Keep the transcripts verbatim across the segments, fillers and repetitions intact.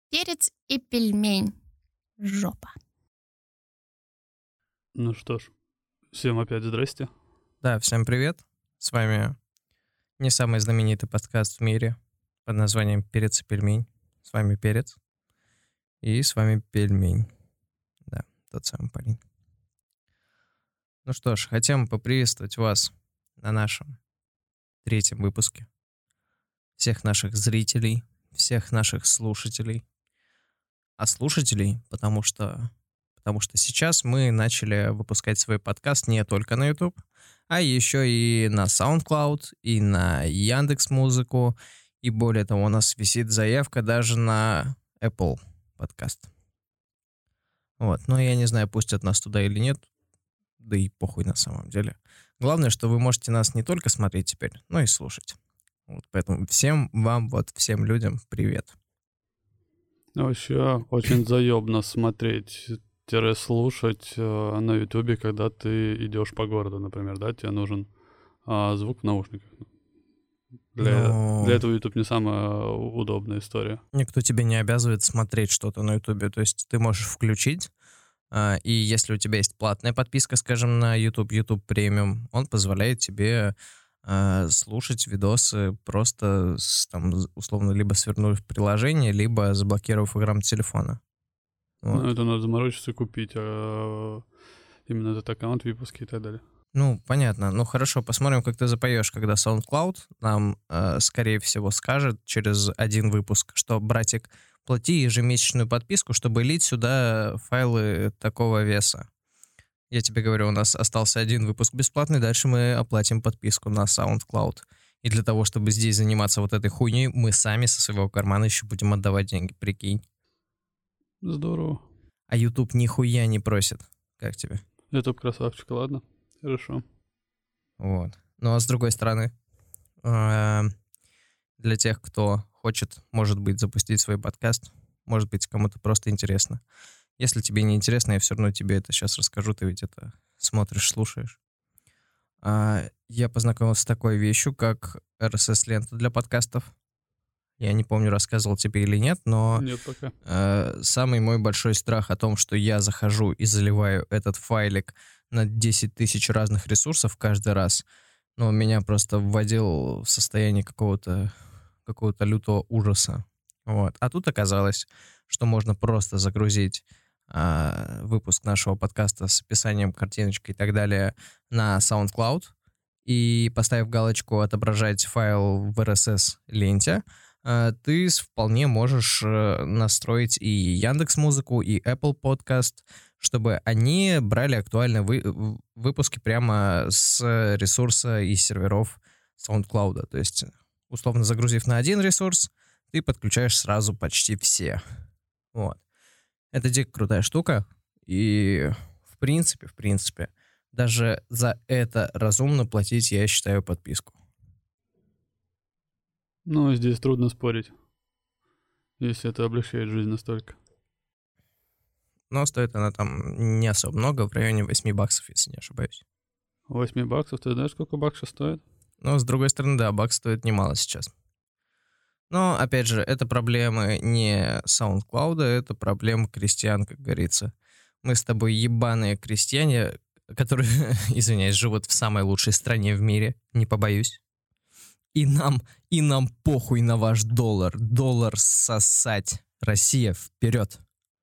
Перец и пельмень. Жопа. Ну что ж, всем опять здрасте. Да, всем привет. С вами не самый знаменитый подкаст в мире под названием «Перец и пельмень». С вами Перец. И с вами Пельмень. Да, тот самый парень. Ну что ж, хотим поприветствовать вас на нашем третьем выпуске. Всех наших зрителей, всех наших слушателей. А слушателей, потому что, потому что сейчас мы начали выпускать свой подкаст не только на YouTube, а еще и на SoundCloud, и на Яндекс.Музыку, и более того, у нас висит заявка даже на Apple подкаст. Вот, но я не знаю, пустят нас туда или нет, да и похуй на самом деле. Главное, что вы можете нас не только смотреть теперь, но и слушать. Вот, поэтому всем вам, вот всем людям привет. Вообще очень заебно смотреть-слушать э, на Ютубе, когда ты идешь по городу, например, да, тебе нужен э, звук в наушниках. Для, Но... для этого YouTube не самая удобная история. Никто тебе не обязывает смотреть что-то на Ютубе, то есть ты можешь включить, э, и если у тебя есть платная подписка, скажем, на YouTube, YouTube Premium, он позволяет тебе э, слушать видосы просто, с, там, условно, либо свернув приложение, либо заблокировав играм телефона. Вот. Ну, это надо заморочиться купить, а именно этот аккаунт, выпуски и так далее. Ну, понятно. Ну, хорошо, посмотрим, как ты запоешь, когда SoundCloud нам, э, скорее всего, скажет через один выпуск, что, братик, плати ежемесячную подписку, чтобы лить сюда файлы такого веса. Я тебе говорю, у нас остался один выпуск бесплатный, дальше мы оплатим подписку на SoundCloud. И для того, чтобы здесь заниматься вот этой хуйней, мы сами со своего кармана еще будем отдавать деньги, прикинь. Здорово. А YouTube нихуя не просит. Как тебе? YouTube красавчик, ладно. Хорошо. Вот. Ну, а с другой стороны, э, для тех, кто хочет, может быть, запустить свой подкаст, может быть, кому-то просто интересно. Если тебе не интересно, я все равно тебе это сейчас расскажу, ты ведь это смотришь, слушаешь. А, я познакомился с такой вещью, как эр эс эс-лента для подкастов. Я не помню, рассказывал тебе или нет, но Нет пока. э, самый мой большой страх о том, что я захожу и заливаю этот файлик на десять тысяч разных ресурсов каждый раз, ну, меня просто вводил в состояние какого-то, какого-то лютого ужаса. Вот. А тут оказалось, что можно просто загрузить э, выпуск нашего подкаста с описанием, картиночкой и так далее на SoundCloud и, поставив галочку «Отображать файл в эр эс эс-ленте», ты вполне можешь настроить и Яндекс.Музыку, и Apple Podcast, чтобы они брали актуальные вы- выпуски прямо с ресурса и серверов SoundCloud. То есть, условно загрузив на один ресурс, ты подключаешь сразу почти все. Вот. Это дико крутая штука, и в принципе, в принципе, даже за это разумно платить, я считаю, подписку. Ну, здесь трудно спорить, если это облегчает жизнь настолько. Но стоит она там не особо много, в районе восемь баксов, если не ошибаюсь. восемь баксов, ты знаешь, сколько баксов стоит? Но, с другой стороны, да, бакс стоит немало сейчас. Но, опять же, это проблемы не SoundCloud, это проблемы крестьян, как говорится. Мы с тобой ебаные крестьяне, которые, извиняюсь, живут в самой лучшей стране в мире, не побоюсь. И нам, и нам похуй на ваш доллар. Доллар сосать. Россия, вперед.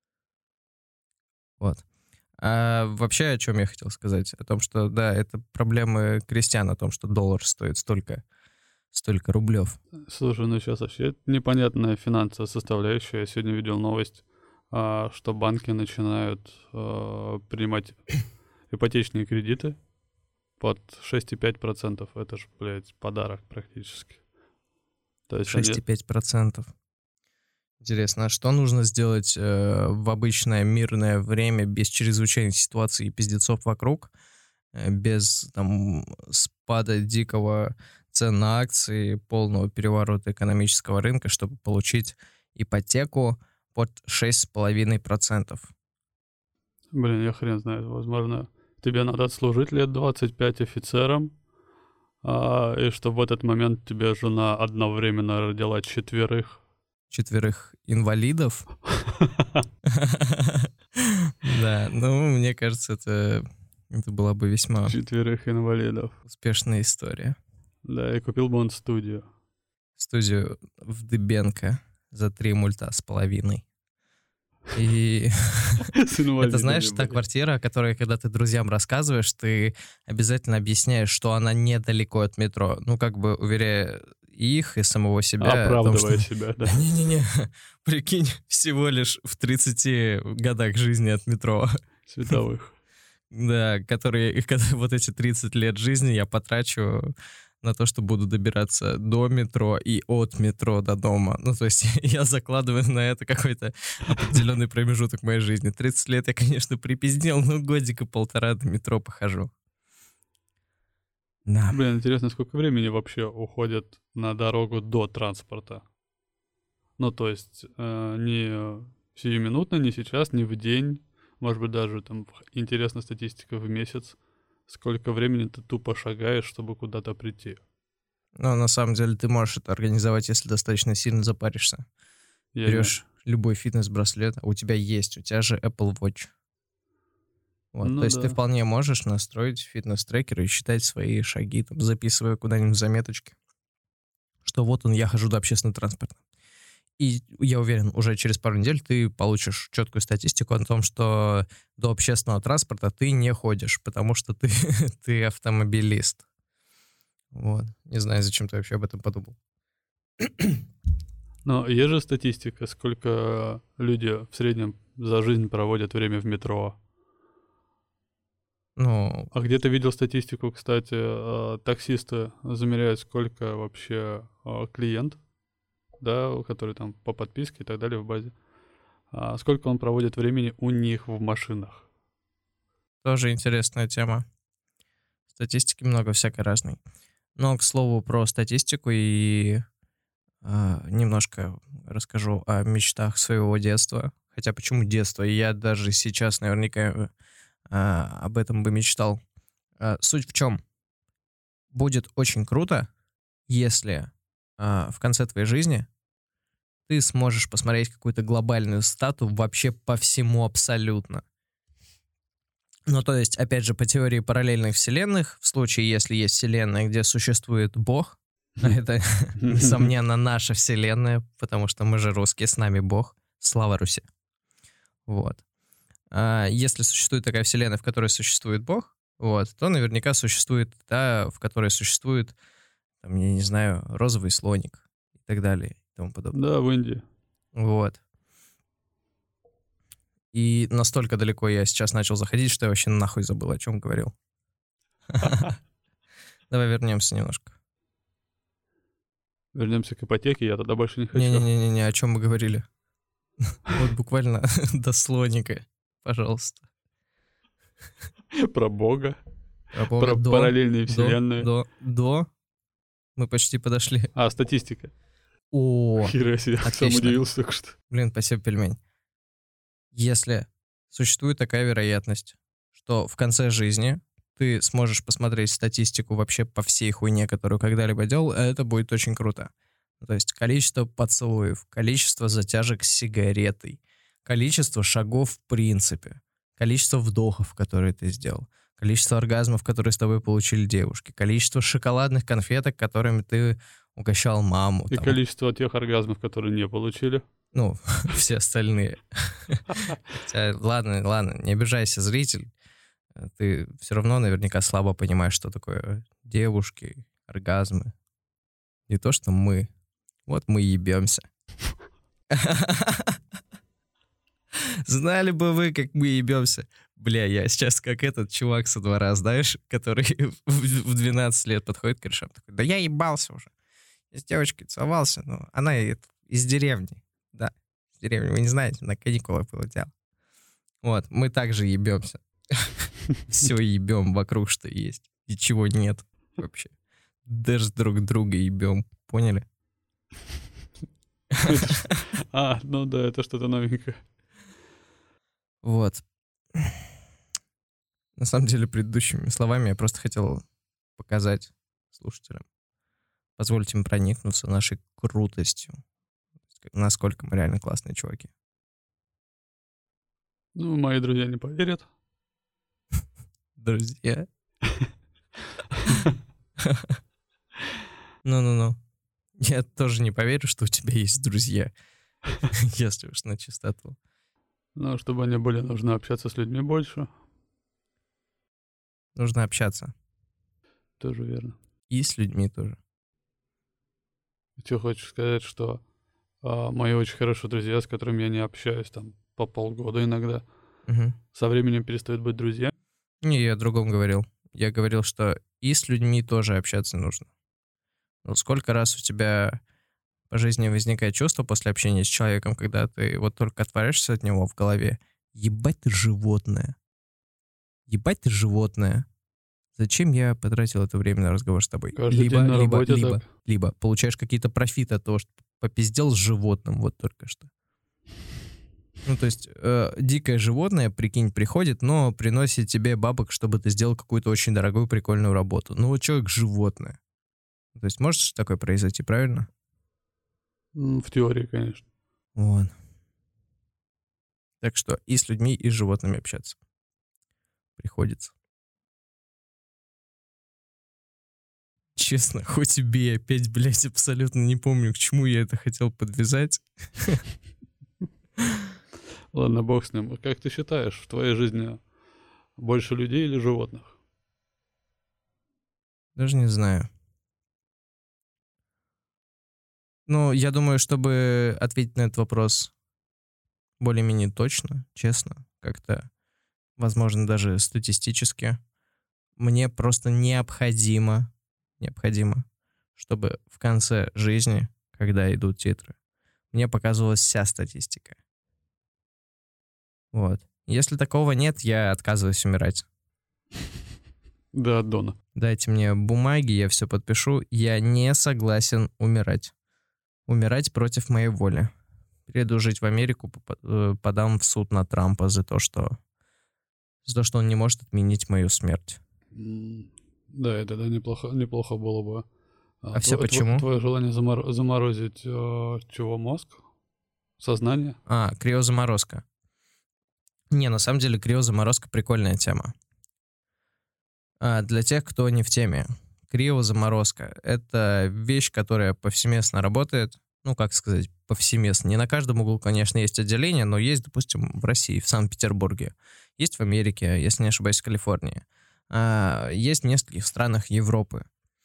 Вот. А вообще, о чем я хотел сказать? О том, что, да, это проблемы крестьян, о том, что доллар стоит столько, столько рублев. Слушай, ну сейчас вообще непонятная финансовая составляющая. Я сегодня видел новость, а, что банки начинают а, принимать ипотечные кредиты под шесть целых пять десятых процента. Это же, блядь, подарок практически. То есть шесть целых пять десятых процента. Интересно, а что нужно сделать э, в обычное мирное время без чрезвычайной ситуации и пиздецов вокруг, э, без там спада дикого цен на акции, полного переворота экономического рынка, чтобы получить ипотеку под шесть целых пять десятых процента? Блин, я хрен знает, возможно, тебе надо отслужить лет двадцать пять офицером, а, и чтобы в этот момент тебе жена одновременно родила четверых. Четверых инвалидов? Да, ну, мне кажется, это, это была бы весьма Четверых инвалидов. успешная история. Да, и купил бы он студию. Студию в Дыбенко за три мульта с половиной. И С инвалидами, это, знаешь, та блядь. квартира, о которой, когда ты друзьям рассказываешь, ты обязательно объясняешь, что она недалеко от метро. Ну, как бы уверяя их и самого себя о том, Оправдывая что... себя, да. Не-не-не, прикинь, всего лишь в тридцати годах жизни от метро. Световых. Да, которые, и когда вот эти тридцать лет жизни я потрачу на то, что буду добираться до метро и от метро до дома. Ну, то есть я закладываю на это какой-то определенный промежуток моей жизни. тридцать лет я, конечно, припиздел, но годика полтора до метро похожу. Да. Блин, интересно, сколько времени вообще уходит на дорогу до транспорта? Ну, то есть э, не сиюминутно, не сейчас, не в день, может быть, даже там интересная статистика в месяц. Сколько времени ты тупо шагаешь, чтобы куда-то прийти? Но на самом деле ты можешь это организовать, если достаточно сильно запаришься. Я не- Берешь любой фитнес-браслет, а у тебя есть, у тебя же Apple Watch. Вот, Ну то есть ты да. вполне можешь настроить фитнес-трекер и считать свои шаги, там, записывая куда-нибудь заметочки, что вот он, я хожу до общественного транспорта. И я уверен, уже через пару недель ты получишь четкую статистику о том, что до общественного транспорта ты не ходишь, потому что ты, ты автомобилист. Вот. Не знаю, зачем ты вообще об этом подумал. Но есть же статистика, сколько люди в среднем за жизнь проводят время в метро. Ну, А где ты видел статистику, кстати, э, таксисты замеряют, сколько вообще э, клиент, да, который там по подписке и так далее в базе, а сколько он проводит времени у них в машинах. тоже интересная тема. Статистики много всякой разной. Но, к слову, про статистику и а, немножко расскажу о мечтах своего детства. Хотя почему детство? Я даже сейчас наверняка а, об этом бы мечтал. А, суть в чем? Будет очень круто, если а, в конце твоей жизни ты сможешь посмотреть какую-то глобальную стату вообще по всему абсолютно. Ну, то есть, опять же, по теории параллельных вселенных, в случае, если есть вселенная, где существует Бог, а это, несомненно, наша вселенная, потому что мы же русские, с нами Бог. Слава Руси. Вот. А если существует такая вселенная, в которой существует Бог, вот, то наверняка существует та, в которой существует, там, я не знаю, розовый слоник и так далее и тому подобное. Да, в Индии. Вот. И настолько далеко я сейчас начал заходить, что я вообще нахуй забыл, о чем говорил. Давай вернемся немножко. Вернемся к ипотеке, я тогда больше не хочу. Не-не-не, о чем мы говорили? Вот буквально до слоника, пожалуйста. Про Бога, Про Бога. про До, параллельные до, вселенные. До, до. Мы почти подошли. А, статистика. О, Хера себе, сам отлично. удивился только что. блин, спасибо, пельмень. Если существует такая вероятность, что в конце жизни ты сможешь посмотреть статистику вообще по всей хуйне, которую когда-либо делал, это будет очень круто. То есть количество поцелуев, количество затяжек с сигаретой, количество шагов в принципе, количество вдохов, которые ты сделал, количество оргазмов, которые с тобой получили девушки, количество шоколадных конфеток, которыми ты угощал маму. И там. количество тех оргазмов, которые не получили. Ну, все остальные. Хотя, ладно, ладно, не обижайся, зритель. Ты все равно наверняка слабо понимаешь, что такое девушки, оргазмы. Не то, что мы. Вот мы ебемся. Знали бы вы, как мы ебемся. Бля, я сейчас как этот чувак со двора, знаешь, который в двенадцать лет подходит к корешам, такой, да я ебался уже. Я с девочкой целовался, но она из деревни. Да, из деревни. Вы не знаете, на каникулах было дело. Вот, мы также ебемся. Все ебем вокруг, что есть. Ничего нет вообще. Даже друг друга ебем. Поняли? А, ну да, это что-то новенькое. Вот. На самом деле, предыдущими словами я просто хотел показать слушателям. Позвольте им проникнуться нашей крутостью. Насколько мы реально классные чуваки. Ну, мои друзья не поверят. Друзья. Ну-ну-ну. Я тоже не поверю, что у тебя есть друзья. Если уж на чистоту. Но чтобы они были, нужно общаться с людьми больше. Нужно общаться. Тоже верно. И с людьми тоже. Что хочешь сказать, что а, мои очень хорошие друзья, с которыми я не общаюсь там по полгода иногда, Угу. со временем перестают быть друзьями? Не, я о другом говорил. Я говорил, что и с людьми тоже общаться нужно. Ну, сколько раз у тебя по жизни возникает чувство после общения с человеком, когда ты вот только отворяешься от него в голове. Ебать ты животное. Ебать ты животное. Зачем я потратил это время на разговор с тобой? Каждый либо, день на либо, работе либо, так. либо получаешь какие-то профиты от того, что попиздел с животным вот только что. Ну, то есть э, дикое животное, прикинь, приходит, но приносит тебе бабок, чтобы ты сделал какую-то очень дорогую, прикольную работу. Ну, вот человек животное. То есть может такое произойти, правильно? М, В теории, конечно. Вот. Так что и с людьми, и с животными общаться приходится. Честно, хоть и бей, опять, блядь, абсолютно не помню, к чему я это хотел подвязать. Ладно, бог с ним. Как ты считаешь, в твоей жизни больше людей или животных? Даже не знаю. Ну, я думаю, чтобы ответить на этот вопрос более-менее точно, честно, как-то, возможно, даже статистически, мне просто необходимо, необходимо, чтобы в конце жизни, когда идут титры, мне показывалась вся статистика. Вот. Если такого нет, я отказываюсь умирать. Да, от Дона. Дайте мне бумаги, я все подпишу. Я не согласен умирать. Умирать против моей воли. Приеду жить в Америку, подам в суд на Трампа за то, что за то, что он не может отменить мою смерть. М, Да, это да, неплохо, неплохо было бы. А всё тво- почему? тво- Твое желание замор- заморозить э, чего, мозг? Сознание? А, криозаморозка. Не, на самом деле криозаморозка прикольная тема. А, для тех, кто не в теме. Криозаморозка — это вещь, которая повсеместно работает. Ну, как сказать, повсеместно. Не на каждом углу, конечно, есть отделение, но есть, допустим, в России, в Санкт-Петербурге. Есть в Америке, если не ошибаюсь, в Калифорнии. А, есть в нескольких странах Европы.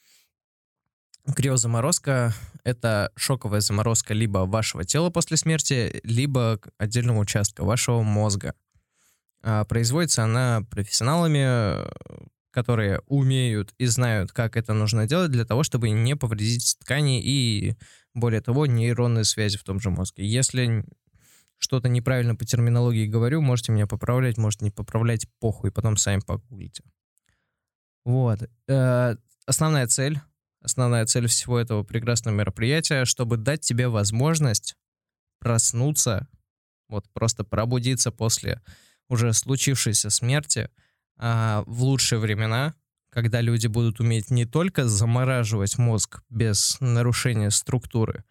Криозаморозка — это шоковая заморозка либо вашего тела после смерти, либо отдельного участка вашего мозга. А, производится она профессионалами, которые умеют и знают, как это нужно делать для того, чтобы не повредить ткани и, более того, нейронные связи в том же мозге. Если что-то неправильно по терминологии говорю, можете меня поправлять, можете не поправлять, похуй, потом сами погуглите. Вот. Э, Основная цель, основная цель всего этого прекрасного мероприятия, чтобы дать тебе возможность проснуться, вот просто пробудиться после уже случившейся смерти, а, в лучшие времена, когда люди будут уметь не только замораживать мозг без нарушения структуры,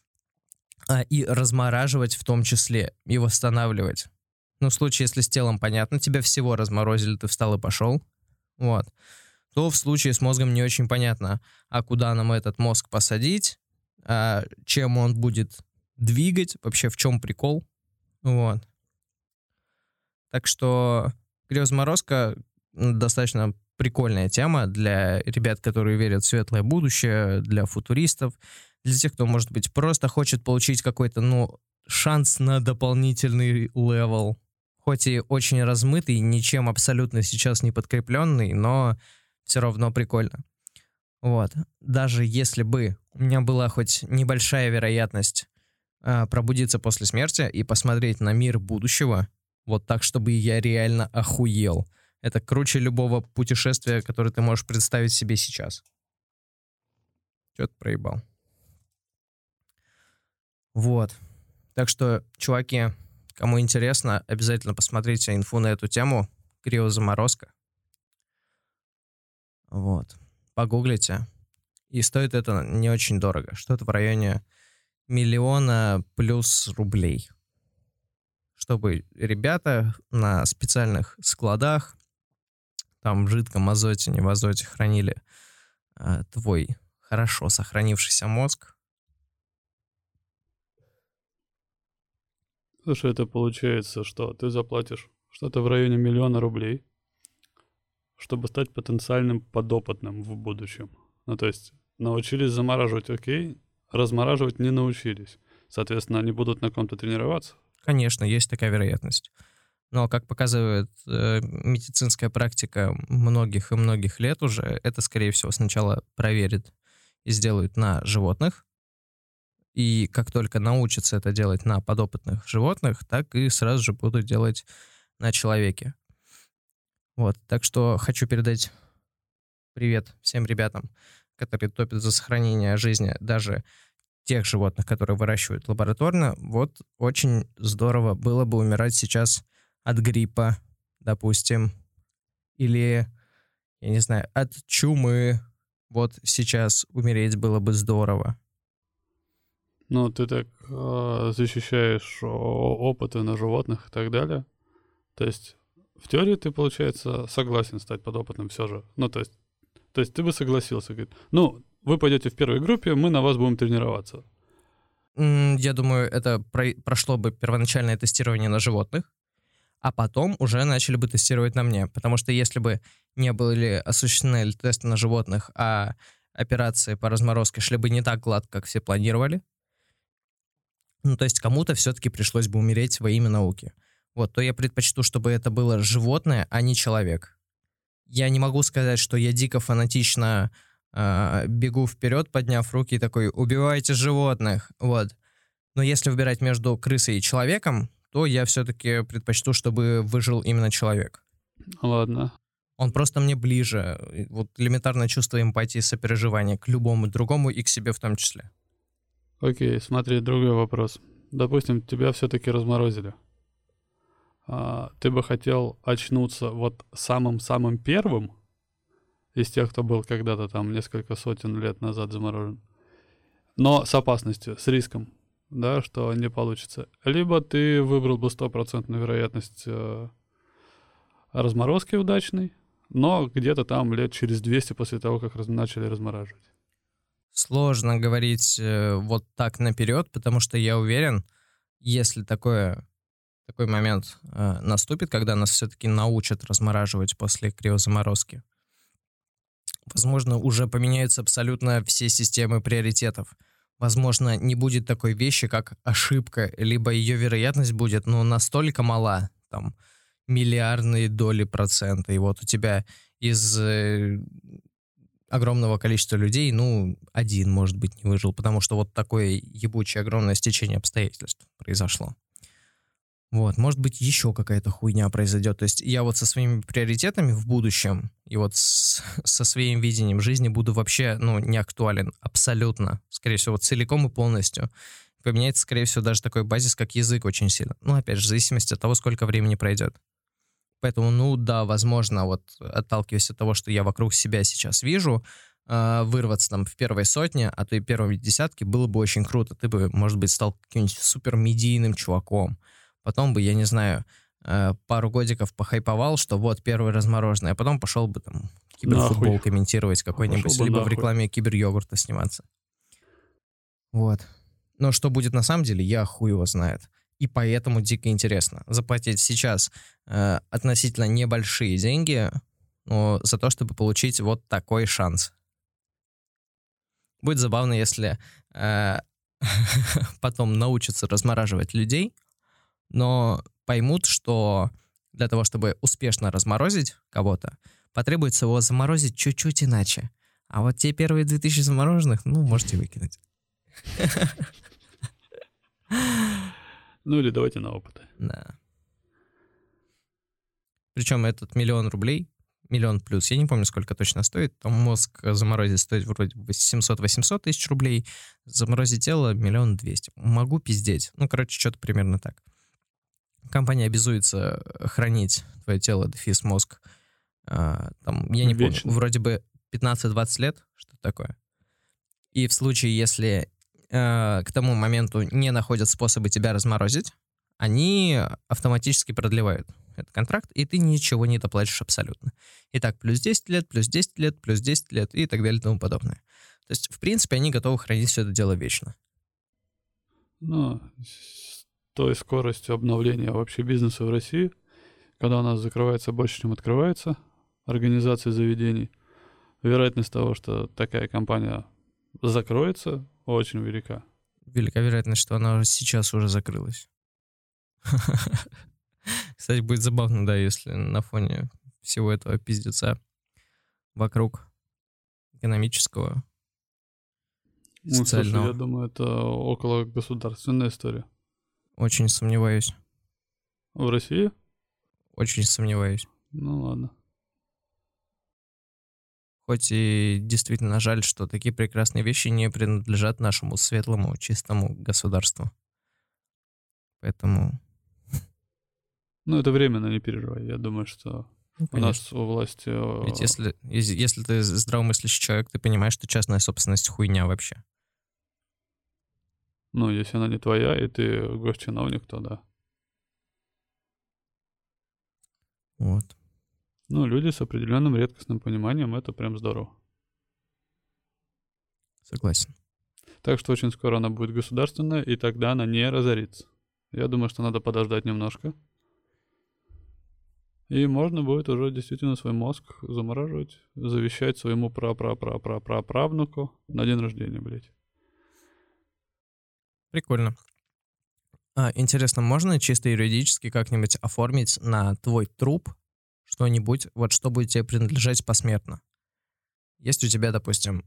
а и размораживать в том числе, и восстанавливать. Ну, в случае, если с телом понятно, тебя всего разморозили, ты встал и пошел, вот, то в случае с мозгом не очень понятно, а куда нам этот мозг посадить, а чем он будет двигать, вообще в чем прикол, вот. Так что криозаморозка достаточно прикольная тема для ребят, которые верят в светлое будущее, для футуристов, для тех, кто, может быть, просто хочет получить какой-то, ну, шанс на дополнительный левел. Хоть и очень размытый, ничем абсолютно сейчас не подкрепленный, но все равно прикольно. Вот. Даже если бы у меня была хоть небольшая вероятность а, пробудиться после смерти и посмотреть на мир будущего, вот так, чтобы я реально охуел. Это круче любого путешествия, которое ты можешь представить себе сейчас. Чё-то проебал. Вот. Так что, чуваки, кому интересно, обязательно посмотрите инфу на эту тему. Криозаморозка. Вот. Погуглите. И стоит это не очень дорого. Что-то в районе миллиона плюс рублей. чтобы ребята на специальных складах, там в жидком азоте, не в азоте, хранили э, твой хорошо сохранившийся мозг. Слушай, это получается, что ты заплатишь что-то в районе миллиона рублей, чтобы стать потенциальным подопытным в будущем. Ну, то есть научились замораживать, окей, размораживать не научились. Соответственно, они будут на ком-то тренироваться. Конечно, есть такая вероятность. Но, как показывает э, медицинская практика многих и многих лет уже, это, скорее всего, сначала проверят и сделают на животных. И как только научатся это делать на подопытных животных, так и сразу же будут делать на человеке. Вот, так что хочу передать привет всем ребятам, которые топят за сохранение жизни даже тех животных, которые выращивают лабораторно. Вот очень здорово было бы умирать сейчас от гриппа, допустим, или, я не знаю, от чумы. Вот сейчас умереть было бы здорово. Ну, ты так э, защищаешь о- опыты на животных и так далее. То есть, в теории ты, получается, согласен стать подопытным все же. Ну, то есть, то есть ты бы согласился. Говорит, ну, вы пойдете в первой группе, мы на вас будем тренироваться. М, Я думаю, это про- прошло бы первоначальное тестирование на животных, а потом уже начали бы тестировать на мне. Потому что если бы не были осуществлены тесты на животных, а операции по разморозке шли бы не так гладко, как все планировали, ну, то есть кому-то все-таки пришлось бы умереть во имя науки. Вот, то я предпочту, чтобы это было животное, а не человек. Я не могу сказать, что я дико фанатично э, бегу вперед, подняв руки и такой: убивайте животных, вот. Но если выбирать между крысой и человеком, то я все-таки предпочту, чтобы выжил именно человек. Ладно. Он просто мне ближе. И вот элементарное чувство эмпатии, сопереживания к любому другому и к себе в том числе. Окей, смотри, другой вопрос. Допустим, тебя все-таки разморозили. А, ты бы хотел очнуться вот самым-самым первым из тех, кто был когда-то там несколько сотен лет назад заморожен, но с опасностью, с риском, да, что не получится. Либо ты выбрал бы стопроцентную вероятность э, разморозки удачной, но где-то там лет через двести после того, как раз, начали размораживать. Сложно говорить э, вот так наперед, потому что я уверен, если такое, такой момент э, наступит, когда нас все-таки научат размораживать после криозаморозки, возможно, уже поменяются абсолютно все системы приоритетов. Возможно, не будет такой вещи, как ошибка, либо ее вероятность будет, ну, настолько мала, там, миллиардные доли процента, и вот у тебя из э, огромного количества людей, ну, один, может быть, не выжил, потому что вот такое ебучее огромное стечение обстоятельств произошло. Вот, может быть, еще какая-то хуйня произойдет. То есть я вот со своими приоритетами в будущем и вот с, со своим видением жизни буду вообще, ну, не актуален абсолютно. Скорее всего, целиком и полностью. Поменяется, скорее всего, даже такой базис, как язык, очень сильно. Ну, опять же, в зависимости от того, сколько времени пройдет. Поэтому, ну, да, возможно, вот отталкиваясь от того, что я вокруг себя сейчас вижу, э, вырваться там в первой сотне, а то и первой десятке было бы очень круто. Ты бы, может быть, стал каким-нибудь супермедийным чуваком. Потом бы, я не знаю, э, пару годиков похайповал, что вот первый размороженный, а потом пошел бы там киберфутбол Нахуй. комментировать какой-нибудь, Пошел бы либо в нахуй. рекламе киберйогурта сниматься. Вот. Но что будет на самом деле, я хуй его знает. И поэтому дико интересно заплатить сейчас э, относительно небольшие деньги, но за то, чтобы получить вот такой шанс. Будет забавно, если э, потом научатся размораживать людей, но поймут, что для того, чтобы успешно разморозить кого-то, потребуется его заморозить чуть-чуть иначе. А вот те первые две тысячи замороженных, ну, можете выкинуть. Ну или давайте на опыты. Да. Причем этот миллион рублей, миллион плюс, я не помню, сколько точно стоит, там мозг заморозить стоит вроде бы семьсот-восемьсот тысяч рублей, заморозить тело миллион двести. Могу пиздеть. Ну, короче, что-то примерно так. Компания обязуется хранить твое тело, дефис мозг, а, там, я не Вечно. помню, вроде бы пятнадцать-двадцать лет, что-то такое. И в случае, если э, к тому моменту не находят способы тебя разморозить, они автоматически продлевают этот контракт, и ты ничего не доплатишь абсолютно. Итак, плюс десять лет, плюс десять лет, плюс десять лет и так далее и тому подобное. То есть, в принципе, они готовы хранить все это дело вечно. Ну, с той скоростью обновления вообще бизнеса в России, когда у нас закрывается больше, чем открывается организации заведений, вероятность того, что такая компания закроется, очень велика. Велика вероятность, что она уже сейчас уже закрылась. Кстати, будет забавно, да, если на фоне всего этого пиздеца вокруг экономического, Ну, слушай, социального. я думаю, это около государственная история. Очень сомневаюсь. В России? Очень сомневаюсь. Ну ладно. Хоть и действительно жаль, что такие прекрасные вещи не принадлежат нашему светлому, чистому государству. Поэтому... Ну, это временно, не переживай. Я думаю, что Ну, у нас у власти... э, Ведь если, если если ты здравомыслящий человек, ты понимаешь, что частная собственность хуйня вообще. Ну, если она не твоя, и ты госчиновник, то да. Вот. Ну, люди с определенным редкостным пониманием, это прям здорово. Согласен. Так что очень скоро она будет государственная, и тогда она не разорится. Я думаю, что надо подождать немножко. И можно будет уже действительно свой мозг замораживать, завещать своему пра-пра-пра-пра-пра-правнуку на день рождения, блядь. Прикольно. А, интересно, можно чисто юридически как-нибудь оформить на твой труп что-нибудь, вот что будет тебе принадлежать посмертно? Есть у тебя, допустим,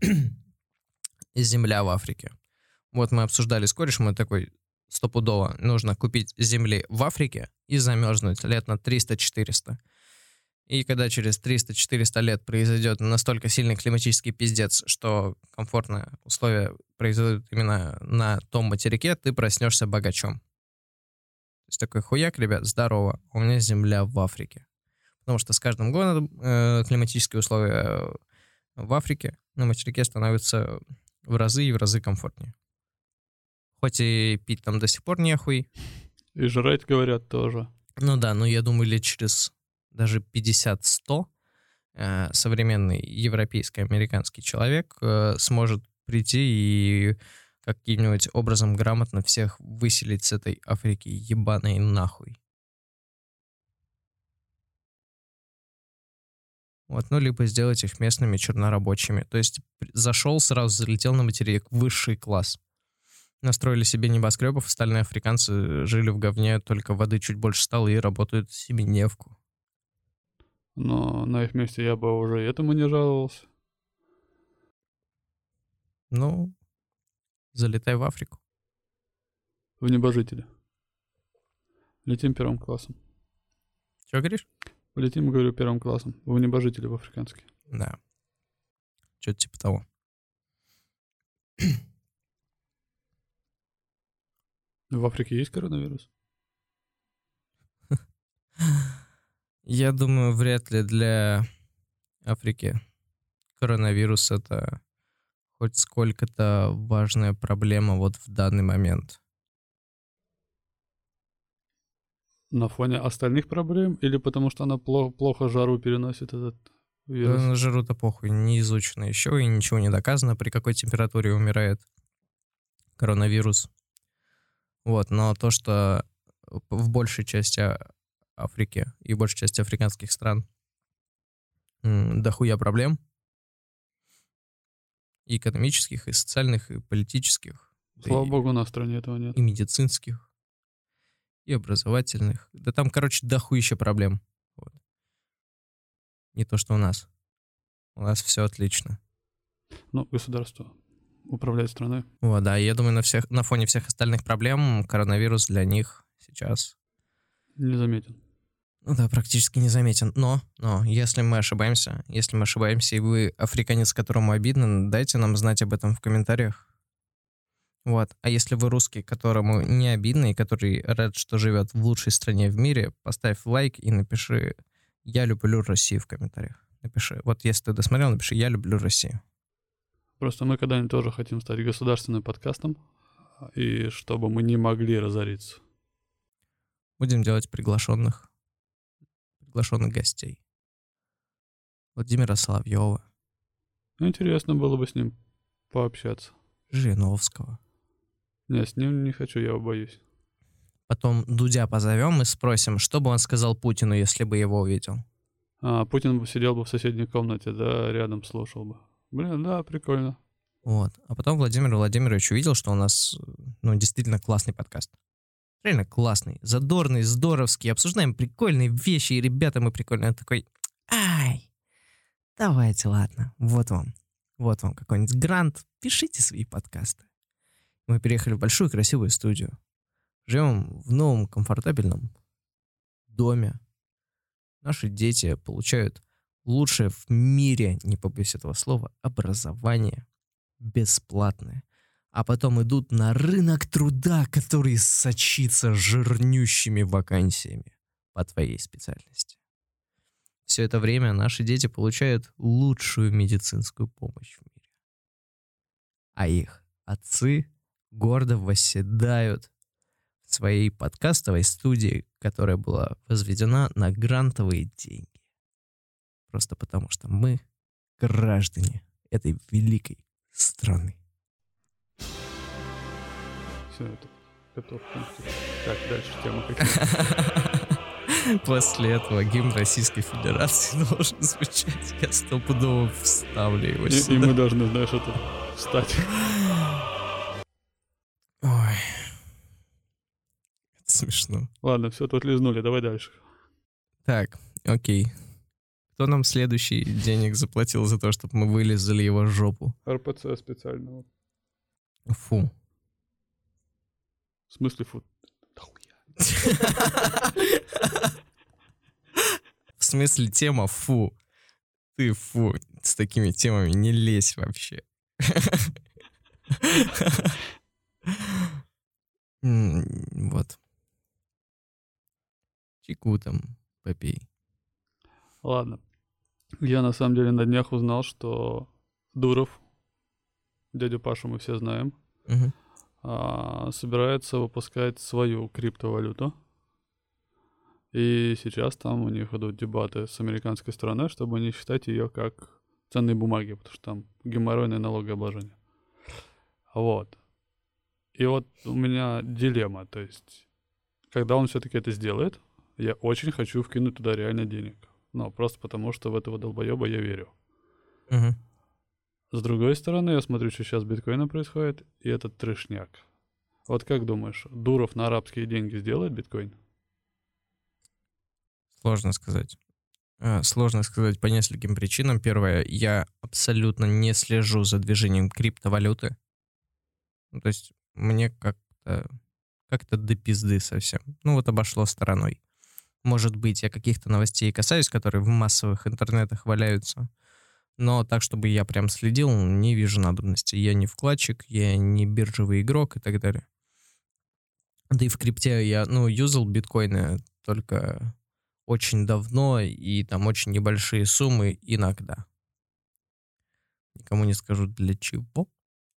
земля в Африке. Вот мы обсуждали с корешем, и такой, стопудово нужно купить земли в Африке и замерзнуть лет на триста-четыреста. И когда через триста-четыреста лет произойдет настолько сильный климатический пиздец, что комфортные условия произойдут именно на том материке, ты проснешься богачом. То есть такой хуяк, ребят, здорово, у меня земля в Африке. Потому что с каждым годом э, климатические условия в Африке на материке становятся в разы и в разы комфортнее. Хоть и пить там до сих пор нехуй. И жрать, говорят, тоже. Ну да, но я думаю, лет через даже пятьдесят-сто э, современный европейский, американский человек э, сможет прийти и каким-нибудь образом грамотно всех выселить с этой Африки ебаной нахуй. Вот, ну, либо сделать их местными чернорабочими. То есть зашел, сразу залетел на материк, высший класс. Настроили себе небоскребов, остальные африканцы жили в говне, только воды чуть больше стало и работают семидневку. Но на их месте я бы уже этому не жаловался. Ну, залетай в Африку. В небожители. Летим первым классом. Чего говоришь? Полетим, говорю, первым классом. В небожители в африканские. Да. Что-то типа того. В Африке есть коронавирус? Я думаю, вряд ли для Африки коронавирус — это хоть сколько-то важная проблема вот в данный момент. На фоне остальных проблем или потому что она плохо, плохо жару переносит этот вирус? На жару-то похуй, не изучено еще и ничего не доказано, при какой температуре умирает коронавирус. Вот, но то, что в большей части Африки и в большей части африканских стран м, дохуя проблем, и экономических, и социальных, и политических, Слава и, богу, у нас в стране этого нет. и медицинских, и образовательных. Да там, короче, дохуища проблем. Вот. Не то, что у нас. У нас все отлично. Ну, государство управляет страной. Вот, да, я думаю, на, всех, на фоне всех остальных проблем коронавирус для них сейчас, Не заметен. ну да, практически не заметен. Но, но, если мы ошибаемся, если мы ошибаемся, и вы африканец, которому обидно, дайте нам знать об этом в комментариях. Вот. А если вы русский, которому не обидно, и который рад, что живет в лучшей стране в мире, поставь лайк и напиши «Я люблю Россию» в комментариях. Напиши. Вот если ты досмотрел, напиши «Я люблю Россию». Просто мы когда-нибудь тоже хотим стать государственным подкастом, и чтобы мы не могли разориться. Будем делать приглашенных, приглашенных гостей. Владимира Соловьева, Интересно было бы с ним пообщаться. Жириновского. Не, с ним не хочу, я боюсь. Потом Дудя позовем и спросим, что бы он сказал Путину, если бы его увидел. А, Путин бы сидел бы в соседней комнате, да, рядом слушал бы. Блин, да, прикольно. Вот. А потом Владимир Владимирович увидел, что у нас, ну, действительно классный подкаст. Реально классный, задорный, здоровский. Обсуждаем прикольные вещи, и ребята мы прикольные. Он такой, ай, давайте, ладно, вот вам. Вот вам какой-нибудь грант, пишите свои подкасты. Мы переехали в большую красивую студию. Живем в новом комфортабельном доме. Наши дети получают лучшее в мире, не побоюсь этого слова, образование бесплатное. А потом идут на рынок труда, который сочится жирнющими вакансиями по твоей специальности. Все это время наши дети получают лучшую медицинскую помощь в мире. А их отцы гордо восседают в своей подкастовой студии, которая была возведена на грантовые деньги. Просто потому, что мы граждане этой великой страны. Все, это готов. Так, дальше тема какие. После этого гимн Российской Федерации должен звучать. Я стопудово вставлю его И, сюда. и мы должны, знаешь, это встать. Ой. Это смешно. Ладно, все, тут лизнули, давай дальше. Так, окей. Кто нам следующий денег заплатил за то, чтобы мы вылезали его жопу? эр пэ цэ специального. Фу. В смысле фу? В смысле тема фу. Ты фу. С такими темами не лезь вообще. Вот. Чайку там попей. Ладно. Я на самом деле на днях узнал, что Дуров, дядю Пашу мы все знаем, Угу. а, собирается выпускать свою криптовалюту. И сейчас там у них идут дебаты с американской стороной, чтобы не считать ее как ценные бумаги, потому что там геморройное налогообложение. Вот. И вот у меня дилемма, то есть, когда он все-таки это сделает, я очень хочу вкинуть туда реально денег. Но просто потому, что в этого долбоеба я верю. Угу. С другой стороны, я смотрю, что сейчас с биткоином происходит, и этот трешняк. Вот как думаешь, Дуров на арабские деньги сделает биткоин? Сложно сказать. А, Сложно сказать по нескольким причинам. Первое, я абсолютно не слежу за движением криптовалюты. Ну, то есть мне как-то как-то до пизды совсем. Ну вот обошло стороной. Может быть, я каких-то новостей касаюсь, которые в массовых интернетах валяются. Но так, чтобы я прям следил, не вижу надобности. Я не вкладчик, я не биржевый игрок и так далее. Да и в крипте я, ну, юзал биткоины только очень давно, и там очень небольшие суммы иногда. Никому не скажу для чего.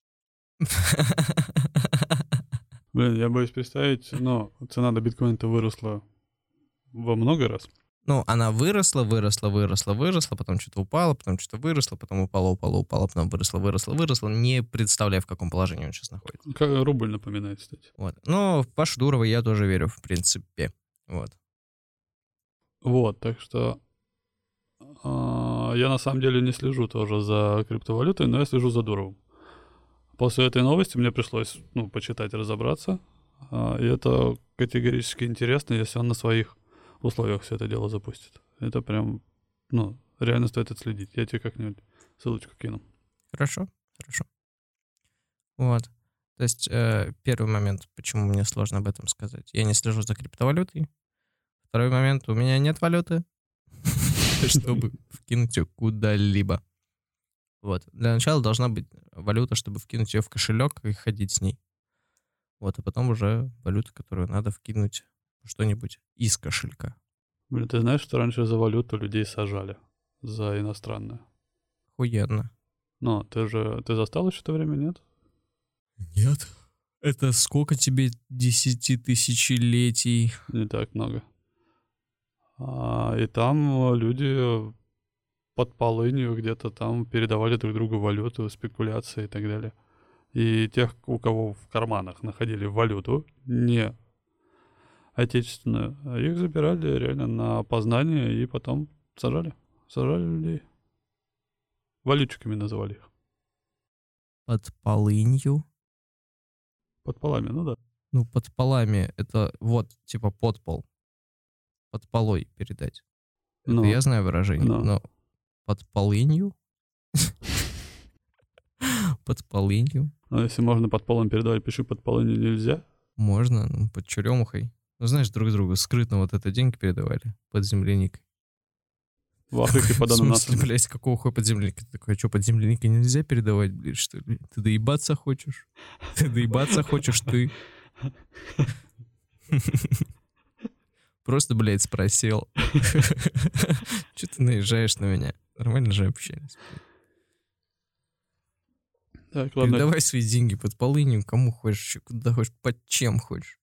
Блин, я боюсь представить, но цена до биткоина-то выросла во много раз. Ну, она выросла, выросла, выросла, выросла, потом что-то упало, потом что-то выросло, потом упало, упало, упало, потом выросло, выросло, выросло. Не представляю, в каком положении он сейчас находится. Как рубль напоминает, кстати. Вот. Но в Пашу Дурова я тоже верю, в принципе. Вот. Вот, так что а, я на самом деле не слежу тоже за криптовалютой, но я слежу за Дуровым. После этой новости мне пришлось, ну, почитать, разобраться. А, и это категорически интересно, если он на своих условиях все это дело запустит. Это прям, ну, реально стоит отследить. Я тебе как-нибудь ссылочку кину. Хорошо, хорошо. Вот. То есть э, первый момент, почему мне сложно об этом сказать. Я не слежу за криптовалютой. Второй момент, у меня нет валюты, чтобы вкинуть ее куда-либо. Вот. Для начала должна быть валюта, чтобы вкинуть ее в кошелек и ходить с ней. Вот, а потом уже валюта, которую надо вкинуть в что-нибудь из кошелька. Блин, ты знаешь, что раньше за валюту людей сажали? За иностранную. Охуенно. Но ты же, ты застал еще это время, нет? Нет. Это сколько тебе десятитысячелетий? Не так много. А, и там люди под полынью где-то там передавали друг другу валюту, спекуляции и так далее. И тех, у кого в карманах находили валюту, не отечественную, а их забирали реально на опознание и потом сажали. Сажали людей. Валютчиками называли их. Под полынью? Под полами, ну да. Ну, под полами это вот, типа, под пол. Под полой передать. Это Ну, я знаю выражение, ну. но под полынью? Под полынью? Но если можно под полом передавать, пиши под полынью нельзя. Можно, ну, под черемухой. Ну, знаешь, друг другу скрытно вот это деньги передавали под земляникой. В Африке под В смысле, ананасом. блядь, какого хуя под земляникой? Ты такой, а что, под земляникой нельзя передавать, блядь, что ли? Ты доебаться хочешь? Ты доебаться хочешь, ты? Просто, блядь, спросил. Че ты наезжаешь на меня? Нормально же общались. Так, ладно. Передавай свои деньги под полынью, кому хочешь, куда хочешь, под чем хочешь.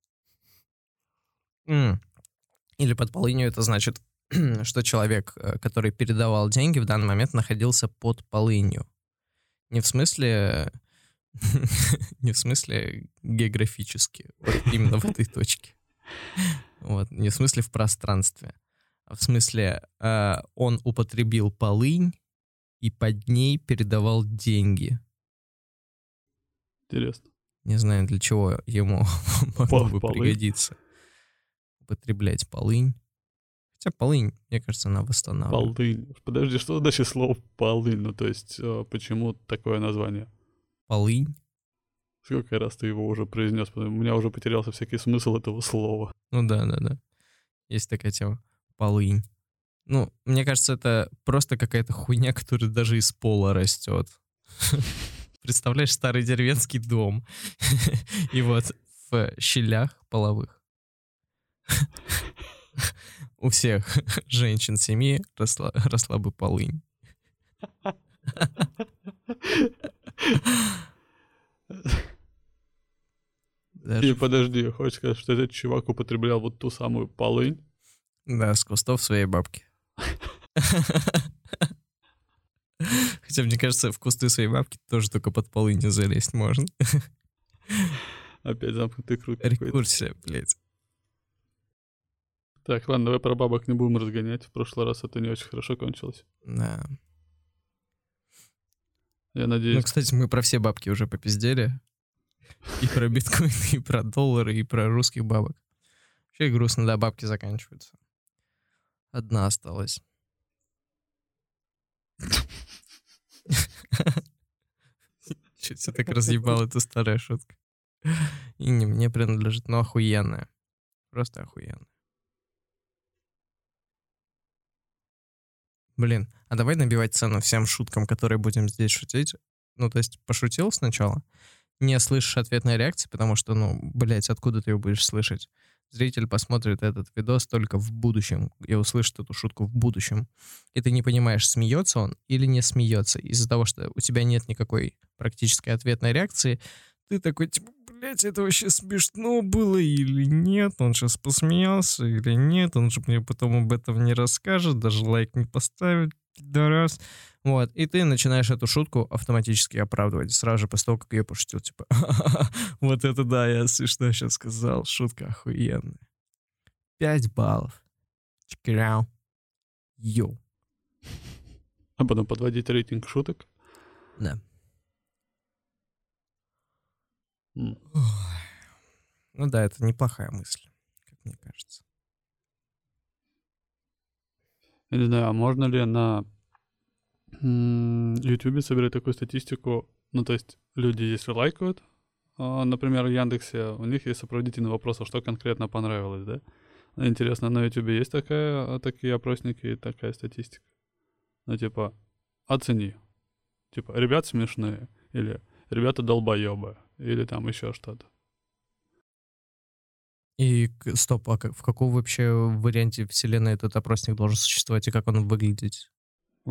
М. Или под полынью это значит, что человек, э, который передавал деньги, в данный момент находился под полынью. Не в смысле... Не в смысле географически, вот именно в этой точке. Вот, не в смысле в пространстве, а в смысле э, он употребил полынь и под ней передавал деньги. Интересно. Не знаю, для чего ему могло Пол- бы полынь? пригодиться употреблять полынь. Хотя полынь, мне кажется, она восстанавливает. Полынь. Подожди, что значит слово полынь? Ну, то есть, э, почему такое название? Полынь? Сколько раз ты его уже произнес? У меня уже потерялся всякий смысл этого слова. Ну да, да, да. Есть такая тема. Полынь. Ну, мне кажется, это просто какая-то хуйня, которая даже из пола растет. Представляешь, старый деревенский дом. И вот в щелях половых у всех женщин семьи росла, росла бы полынь. И Даже, подожди, хочешь сказать, что этот чувак употреблял вот ту самую полынь? да, с кустов своей бабки. Хотя, мне кажется, в кусты своей бабки тоже только под полынью залезть можно. Опять замкнутый круг какой-то. Рекурсия, блядь. Так, ладно, давай про бабок не будем разгонять. В прошлый раз это не очень хорошо кончилось. Да. Я Ну, надеюсь... кстати, мы про все бабки уже попиздели. И про биткоин, и про доллары, и про русских бабок. Вообще грустно, да, бабки заканчиваются. Одна осталась. Чуть все так разъебал, это старая шутка. И не мне принадлежит, но охуенная. Просто охуенная. Блин, а давай набивать цену всем шуткам, которые будем здесь шутить. Ну, то есть пошутил сначала, не слышишь ответной реакции, потому что, ну, блядь, откуда ты ее будешь слышать? Зритель посмотрит этот видос только в будущем и услышит эту шутку в будущем. И ты не понимаешь, смеется он или не смеется. Из-за того, что у тебя нет никакой практической ответной реакции, ты такой, типа, блядь, это вообще смешно было или нет? Он сейчас посмеялся или нет? Он же мне потом об этом не расскажет, даже лайк не поставит, пидорас. Вот, и ты начинаешь эту шутку автоматически оправдывать сразу же после того, как я пошутил, типа, вот это да, я смешно сейчас сказал, шутка охуенная. Пять баллов. Чекиряу. Йоу. А потом подводить рейтинг шуток. Да. М. Ну да, это неплохая мысль, как мне кажется. Я не знаю, а можно ли на м, Ютубе собирать такую статистику? Ну, то есть люди, если лайкают, а, например, в Яндексе, у них есть сопроводительный вопрос, а что конкретно понравилось, да? Интересно, на Ютубе есть такая, такие опросники и такая статистика? Ну, типа, оцени. Типа, ребят смешные, или ребята долбоебы, или там еще что-то. И, к- стоп, а как- в каком вообще варианте вселенной этот опросник должен существовать и как он выглядеть? А,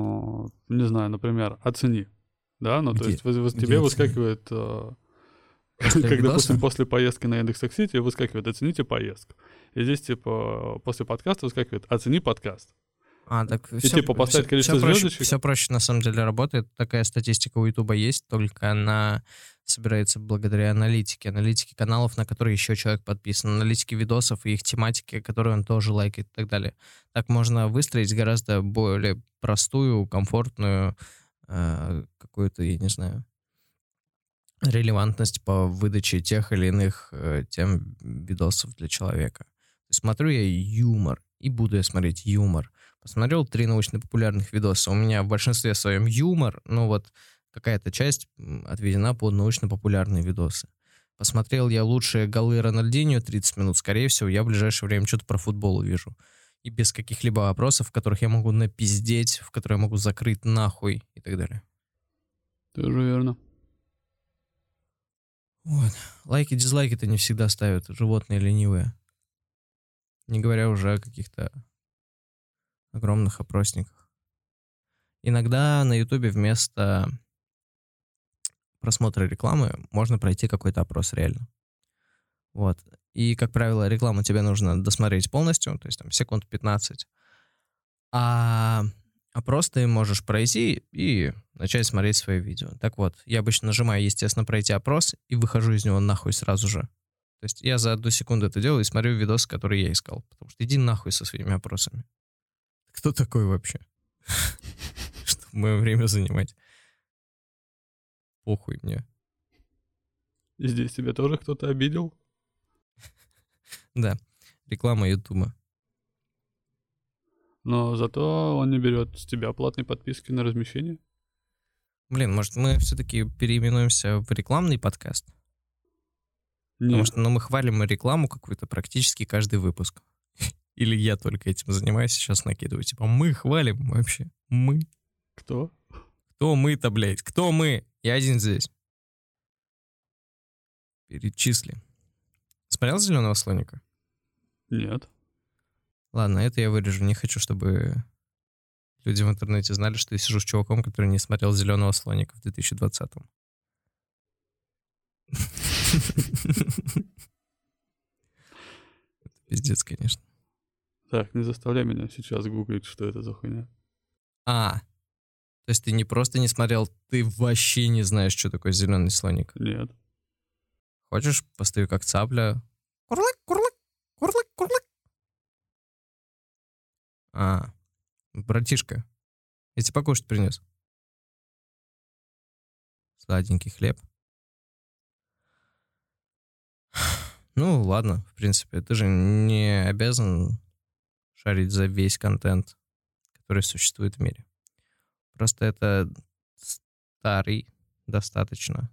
Не знаю, например, оцени. Да, ну то Где? есть воз- воз- Где тебе оцени? выскакивает, а, После Как, видоса? допустим, после поездки на Яндекс.Такси выскакивает «Оцените поездку». И здесь, типа, после подкаста выскакивает «Оцени подкаст». А, так И, все, типа, поставить количество проще, звездочек. все проще на самом деле работает. Такая статистика у Ютуба есть, только она собирается благодаря аналитике. Аналитике каналов, на которые еще человек подписан. Аналитике видосов и их тематики, которые он тоже лайкает и так далее. Так можно выстроить гораздо более простую, комфортную э, какую-то, я не знаю, релевантность по выдаче тех или иных э, тем видосов для человека. Смотрю я юмор, и буду я смотреть юмор. Посмотрел три научно-популярных видоса. У меня в большинстве своем юмор, но вот какая-то часть отведена под научно-популярные видосы. Посмотрел я лучшие голы Рональдиньо тридцать минут. Скорее всего, я в ближайшее время что-то про футбол увижу. И без каких-либо вопросов, в которых я могу напиздеть, в которые я могу закрыть нахуй и так далее. Тоже верно. Вот. Лайки, дизлайки-то не всегда ставят животные ленивые. Не говоря уже о каких-то огромных опросниках. Иногда на Ютубе вместо просмотра рекламы можно пройти какой-то опрос реально. Вот. И, как правило, рекламу тебе нужно досмотреть полностью, то есть там секунд пятнадцать. А опрос ты можешь пройти и начать смотреть свои видео. Так вот, я обычно нажимаю, естественно, пройти опрос и выхожу из него нахуй сразу же. То есть я за одну секунду это делаю и смотрю видос, который я искал. Потому что иди нахуй со своими опросами. Кто такой вообще? Чтобы мое время занимать. Похуй мне. И здесь тебя тоже кто-то обидел? Да, реклама Ютуба. Но зато он не берет с тебя платные подписки на размещение. Блин, может, мы все-таки переименуемся в рекламный подкаст? Нет. Потому что ну, мы хвалим рекламу какую-то практически каждый выпуск. Или я только этим занимаюсь, сейчас накидываю. Типа, мы хвалим вообще. Мы. Кто? Кто мы-то, блядь? Кто мы? Я один здесь. Перечисли. Смотрел «Зеленого слоника»? Нет. Ладно, это я вырежу. Не хочу, чтобы люди в интернете знали, что я сижу с чуваком, который не смотрел «Зеленого слоника» в две тысячи двадцатом. Пиздец, конечно. Так, не заставляй меня сейчас гуглить, что это за хуйня. А, то есть ты не просто не смотрел, ты вообще не знаешь, что такое «Зеленый слоник». Нет. Хочешь, постою как цапля? Курлык, курлык, курлык, курлык. А, братишка, я тебе покушать принес. Сладенький хлеб. Ну, ладно, в принципе, ты же не обязан шарить за весь контент, который существует в мире. Просто это старый, достаточно,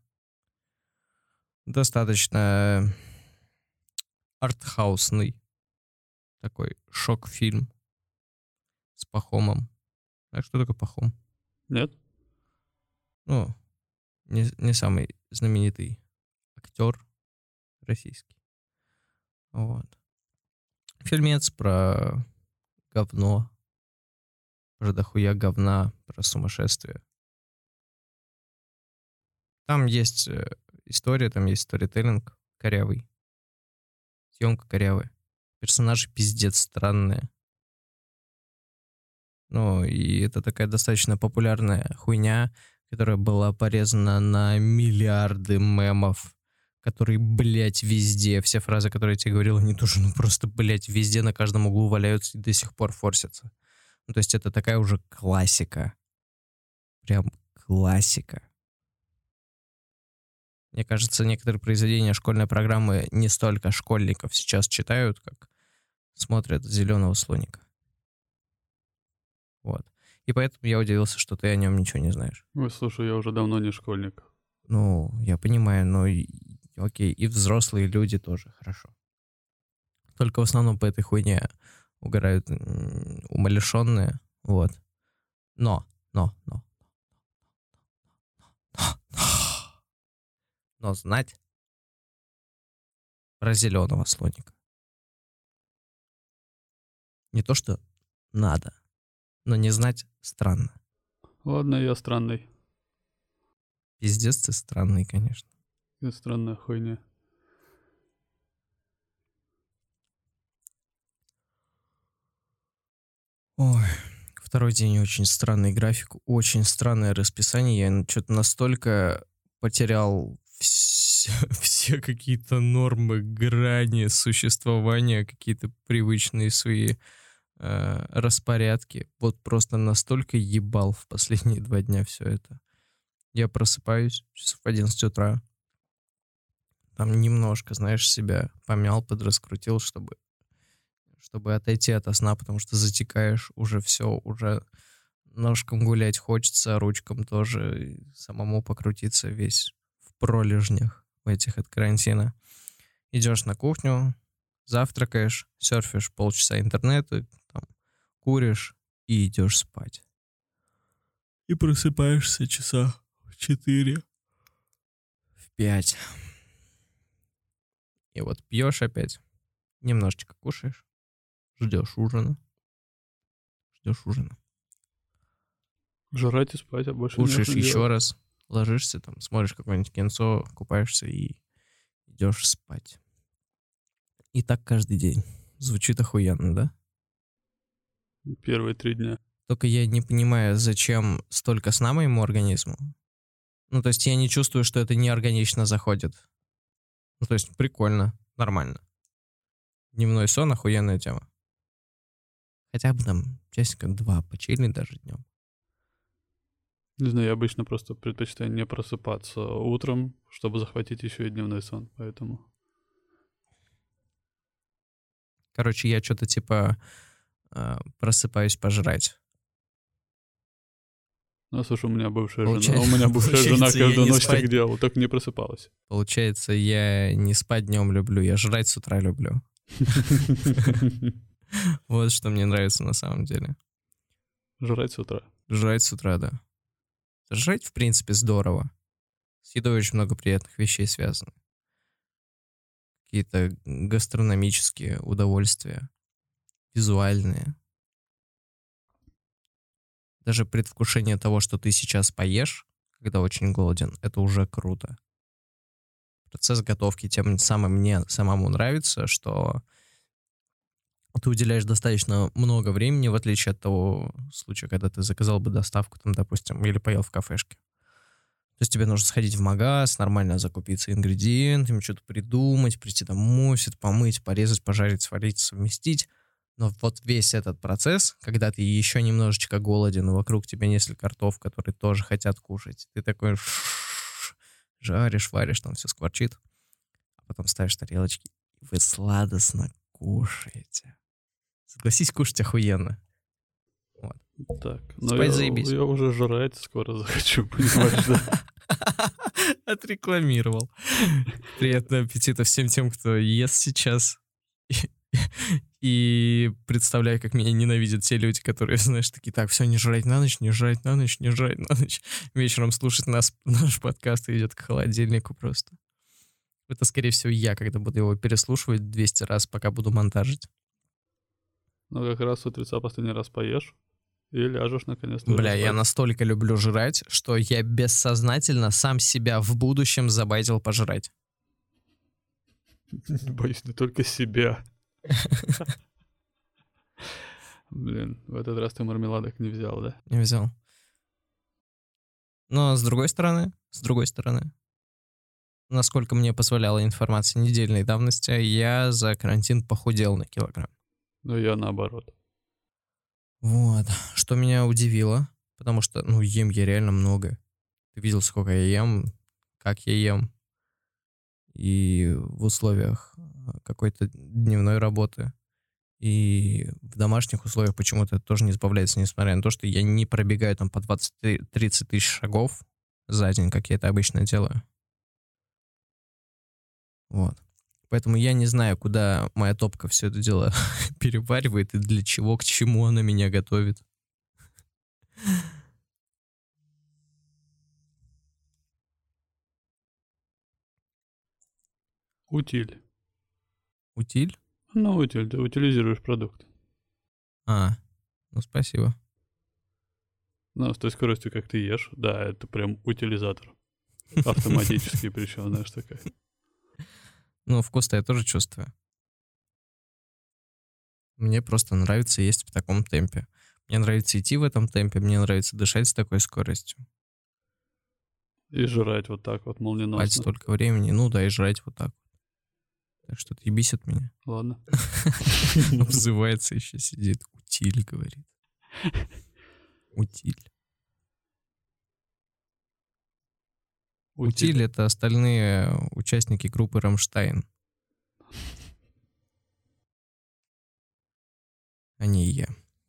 достаточно артхаусный такой шок-фильм с Пахомом. А что такое Пахом? Нет? Ну, не, не самый знаменитый актер российский. Вот. Фильмец про говно, про дохуя говна, про сумасшествие. Там есть э, история, там есть сторителлинг корявый. Съемка корявая. Персонажи пиздец странные. Ну, и это такая достаточно популярная хуйня, которая была порезана на миллиарды мемов, которые, блядь, везде, все фразы, которые я тебе говорил, они тоже, ну, просто, блядь, везде на каждом углу валяются и до сих пор форсятся. Ну, то есть это такая уже классика. Прям классика. Мне кажется, некоторые произведения школьной программы не столько школьников сейчас читают, как смотрят «Зеленого слоника». Вот. И поэтому я удивился, что ты о нем ничего не знаешь. Ой, слушай, я уже давно не школьник. Ну, я понимаю, но и- окей, и взрослые люди тоже, хорошо. Только в основном по этой хуйне угорают м, умалишенные, вот. Но, но, но, но, но, но знать про зеленого слоника не то, что надо, но не знать странно. Ладно, я странный. Пиздец ты странный, конечно. Это странная хуйня. Ой, второй день очень странный график, очень странное расписание. Я что-то настолько потерял вс- все какие-то нормы, грани существования, какие-то привычные свои э, распорядки. Вот просто настолько ебал в последние два дня все это. Я просыпаюсь часов в одиннадцать утра. Там немножко, знаешь, себя помял, подраскрутил, чтобы чтобы отойти от сна, потому что затекаешь, уже все, уже ножкам гулять хочется, ручкам тоже, и самому покрутиться весь в пролежнях в этих от карантина. Идешь на кухню, завтракаешь, серфишь полчаса интернета, там, куришь и идешь спать. И просыпаешься часа в четыре, в пять. И вот пьешь опять, немножечко кушаешь, ждешь ужина, ждешь ужина. Жрать и спать, а больше Кушаешь нехуй еще делать. раз, ложишься там, смотришь какое-нибудь кинцо, купаешься и идешь спать. И так каждый день. Звучит охуенно, да? Первые три дня. Только я не понимаю, зачем столько сна моему организму. Ну, то есть я не чувствую, что это неорганично заходит. Ну, то есть прикольно, нормально. Дневной сон — охуенная тема. Хотя бы там часика два почили даже днем. Не знаю, я обычно просто предпочитаю не просыпаться утром, чтобы захватить еще и дневной сон, поэтому... Короче, я что-то типа э, просыпаюсь пожрать. Ну, слушай, у меня бывшая Получается- жена, у меня бывшая жена получается, я каждую не ночь спать. так делала, только не просыпалась. Получается, я не спать днем люблю, я жрать с утра люблю. Вот что мне нравится на самом деле. Жрать с утра. Жрать с утра, да. Жрать, в принципе, здорово. С едой очень много приятных вещей связано. Какие-то гастрономические удовольствия, визуальные. Даже предвкушение того, что ты сейчас поешь, когда очень голоден, это уже круто. Процесс готовки тем самым мне самому нравится, что ты уделяешь достаточно много времени, в отличие от того случая, когда ты заказал бы доставку, там, допустим, или поел в кафешке. То есть тебе нужно сходить в магаз, нормально закупиться ингредиентами, что-то придумать, прийти домой, все это помыть, порезать, пожарить, сварить, совместить. Но вот весь этот процесс, когда ты еще немножечко голоден, и вокруг тебя несколько ртов, которые тоже хотят кушать, ты такой жаришь, варишь, там все скворчит, а потом ставишь тарелочки, и вы сладостно кушаете. Согласись, кушать охуенно. Так, ну Спать я, заебись. я уже жрать скоро захочу, понимаешь, да? Отрекламировал. Приятного аппетита всем тем, кто ест сейчас. И представляю, как меня ненавидят те люди, которые, знаешь, такие: так, все, не жрать на ночь, не жрать на ночь, не жрать на ночь. Вечером слушать нас, наш подкаст и идет к холодильнику просто. Это, скорее всего, я, когда буду его переслушивать двести раз, пока буду монтажить. Ну как раз с утреца последний раз поешь и ляжешь наконец-то. Бля, уже я спать. настолько люблю жрать, что я бессознательно сам себя в будущем забайтил пожрать. Боюсь не только себя. Блин, в этот раз ты мармеладок не взял, да? Не взял. Но с другой стороны, с другой стороны, насколько мне позволяла информация недельной давности, я за карантин похудел на килограмм. Но я наоборот. Вот, что меня удивило, потому что, ну, ем я реально много. Ты видел, сколько я ем, как я ем. И в условиях какой-то дневной работы, и в домашних условиях почему-то это тоже не избавляется, несмотря на то, что я не пробегаю там по двадцать-тридцать тысяч шагов за день, как я это обычно делаю. Вот. Поэтому я не знаю, куда моя топка все это дело переваривает и для чего, к чему она меня готовит. Утиль. Утиль? Ну, утиль, ты утилизируешь продукт. А, ну спасибо. Ну, с той скоростью, как ты ешь, да, это прям утилизатор. Автоматически причем, знаешь, такая. Ну, вкус-то я тоже чувствую. Мне просто нравится есть в таком темпе. Мне нравится идти в этом темпе, мне нравится дышать с такой скоростью. И жрать вот так вот Спать молниеносно. столько времени, ну да, и жрать вот так вот. Так что ты бесит меня. Ладно. Обзывается еще, сидит. Утиль, говорит. Утиль. Утиль — это остальные участники группы «Рамштайн». А не я.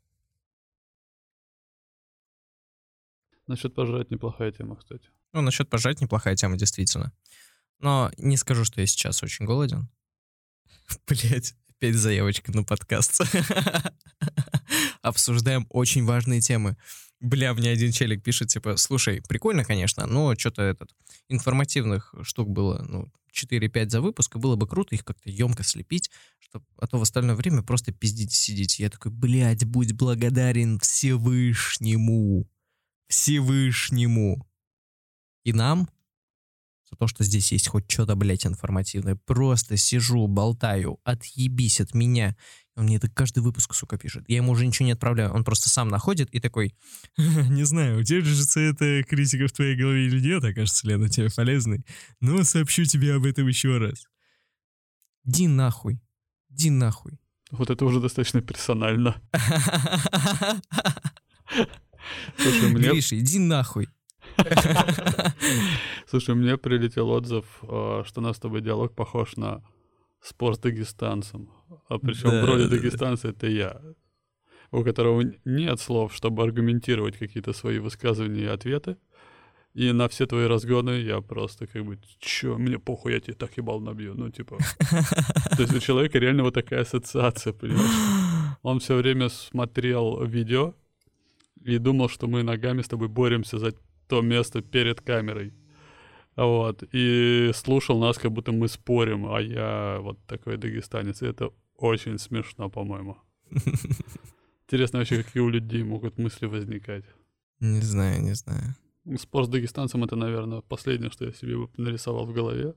Насчет пожрать неплохая тема, кстати. Ну, насчет пожрать неплохая тема, действительно. Но не скажу, что я сейчас очень голоден. Блять, опять заявочка на подкаст. Обсуждаем очень важные темы. Бля, мне один челик пишет, типа, слушай, прикольно, конечно, но что-то этот, информативных штук было, ну, четыре-пять за выпуск, и было бы круто их как-то емко слепить, чтобы, а то в остальное время просто пиздить сидеть. Я такой, блядь, будь благодарен Всевышнему. Всевышнему. И нам за то, что здесь есть хоть что-то, блядь, информативное. Просто сижу, болтаю, отъебись от меня. Он мне это каждый выпуск, сука, пишет. Я ему уже ничего не отправляю. Он просто сам находит и такой, не знаю, удержится эта критика в твоей голове или нет, окажется ли она тебе полезной, но сообщу тебе об этом еще раз. Ди нахуй. Ди нахуй. Вот это уже достаточно персонально. Слушай, мне... Гриша, иди нахуй. Слушай, мне прилетел отзыв, что у нас с тобой диалог похож на спор с дагестанцем. А причем Да, в роли да, да. дагестанца это я, у которого нет слов, чтобы аргументировать какие-то свои высказывания и ответы. И на все твои разгоны я просто как бы, чё, мне похуй, я тебе так ебал набью. Ну, типа... То есть у человека реально вот такая ассоциация, понимаешь? Он все время смотрел видео и думал, что мы ногами с тобой боремся за то место перед камерой. Вот. И слушал нас, как будто мы спорим, а я вот такой дагестанец. И это очень смешно, по-моему. Интересно вообще, какие у людей могут мысли возникать. Не знаю, не знаю. Спор с дагестанцем — это, наверное, последнее, что я себе нарисовал в голове.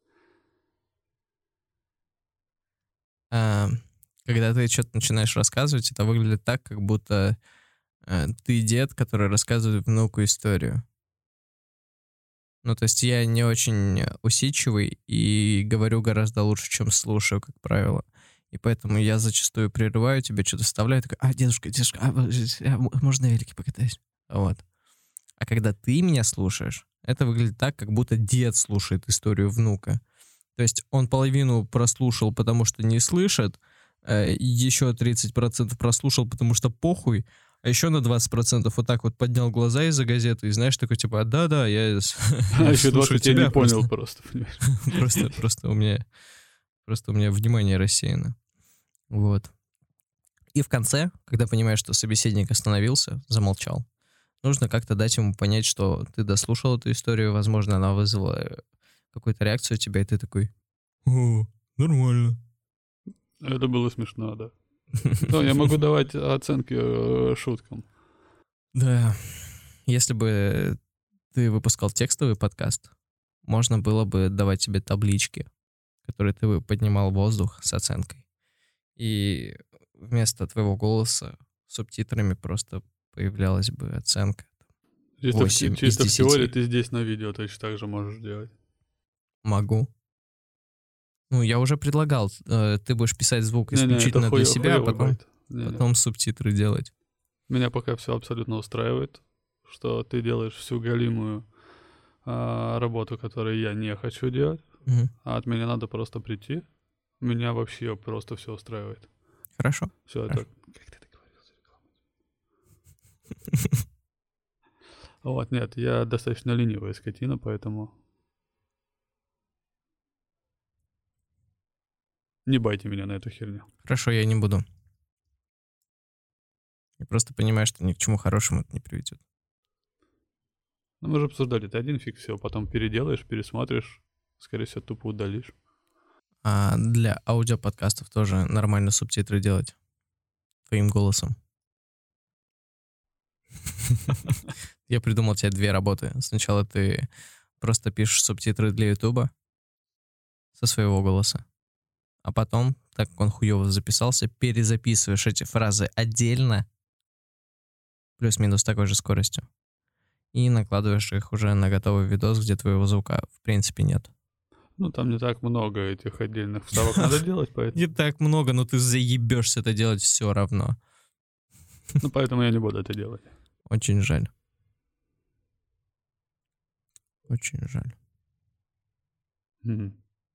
А, когда ты что-то начинаешь рассказывать, это выглядит так, как будто а, ты дед, который рассказывает внуку историю. Ну, то есть я не очень усидчивый и говорю гораздо лучше, чем слушаю, как правило. И поэтому я зачастую прерываю тебя, что-то вставляю, такой, а, дедушка, дедушка, а, а, можно на велике покатаюсь? Вот. А когда ты меня слушаешь, это выглядит так, как будто дед слушает историю внука. То есть он половину прослушал, потому что не слышит, э, еще тридцать процентов прослушал, потому что похуй, а еще на двадцать процентов вот так вот поднял глаза из-за газеты и, знаешь, такой типа, да-да, я А еще слушаю двадцать я тебя. не понял просто, понимаешь? Просто, просто у меня, просто у меня внимание рассеяно. Вот. И в конце, когда понимаешь, что собеседник остановился, замолчал, нужно как-то дать ему понять, что ты дослушал эту историю, возможно, она вызвала какую-то реакцию у тебя, и ты такой, о, нормально. Это было смешно, да. Ну, я могу давать оценки э, шуткам. Да, если бы ты выпускал текстовый подкаст, можно было бы давать тебе таблички, которые ты бы поднимал в воздух с оценкой. И вместо твоего голоса субтитрами просто появлялась бы оценка. Чисто, в, восемь чисто из в теории десяти. ты здесь на видео точно так же можешь делать. Могу. Ну, я уже предлагал. э, Ты будешь писать звук Не-не, это исключительно хуё- для себя, а хуёво потом, будет. Не-не. потом субтитры делать. Меня пока все абсолютно устраивает, что ты делаешь всю галимую а, работу, которую я не хочу делать, Мгм. а от меня надо просто прийти. Меня вообще просто все устраивает. Хорошо. Все это... Хорошо. Как ты договорился? Вот, нет, я достаточно ленивая скотина, поэтому... Не байте меня на эту херню. Хорошо, я не буду. Я просто понимаю, что ни к чему хорошему это не приведет. Ну, мы же обсуждали, ты один фиг все, потом переделаешь, пересмотришь, скорее всего, тупо удалишь. А для аудиоподкастов тоже нормально субтитры делать твоим голосом. Я придумал тебе две работы. Сначала ты просто пишешь субтитры для Ютуба со своего голоса. А потом, так как он хуёво записался, перезаписываешь эти фразы отдельно, плюс-минус такой же скоростью, и накладываешь их уже на готовый видос, где твоего звука в принципе нет. Ну, там не так много этих отдельных вставок надо делать, поэтому... Не так много, но ты заебешься это делать все равно. Ну, поэтому я не буду это делать. Очень жаль. Очень жаль. Мгм.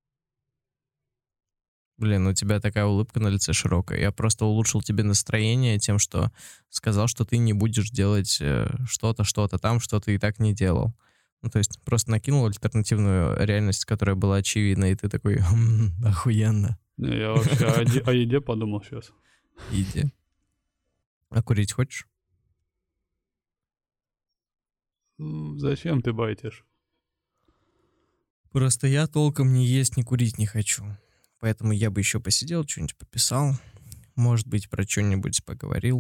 Блин, у тебя такая улыбка на лице широкая. Я просто улучшил тебе настроение тем, что сказал, что ты не будешь делать э, что-то, что-то там, что ты и так не делал. Ну, то есть просто накинул альтернативную реальность, которая была очевидна, и ты такой, «М, охуенно, Не, я вообще о, еде- о еде подумал сейчас. иди. А курить хочешь? Зачем ты байтишь? Просто я толком ни есть, ни курить не хочу. Поэтому я бы еще посидел, что-нибудь пописал. Может быть, про что-нибудь поговорил.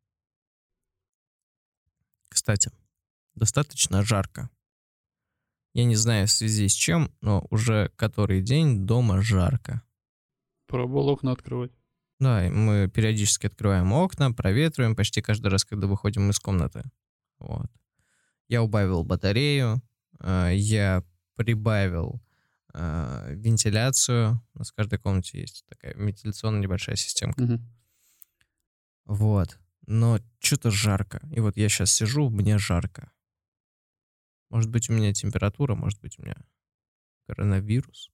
Кстати, достаточно жарко. Я не знаю, в связи с чем, но уже который день дома жарко. Пробовал окна открывать. Да, и мы периодически открываем окна, проветриваем почти каждый раз, когда выходим из комнаты. Вот. Я убавил батарею, э, я прибавил э, вентиляцию. У нас в каждой комнате есть такая вентиляционная небольшая системка. Мгм. Вот. Но что-то жарко. И вот я сейчас сижу, мне жарко. Может быть, у меня температура, может быть, у меня коронавирус.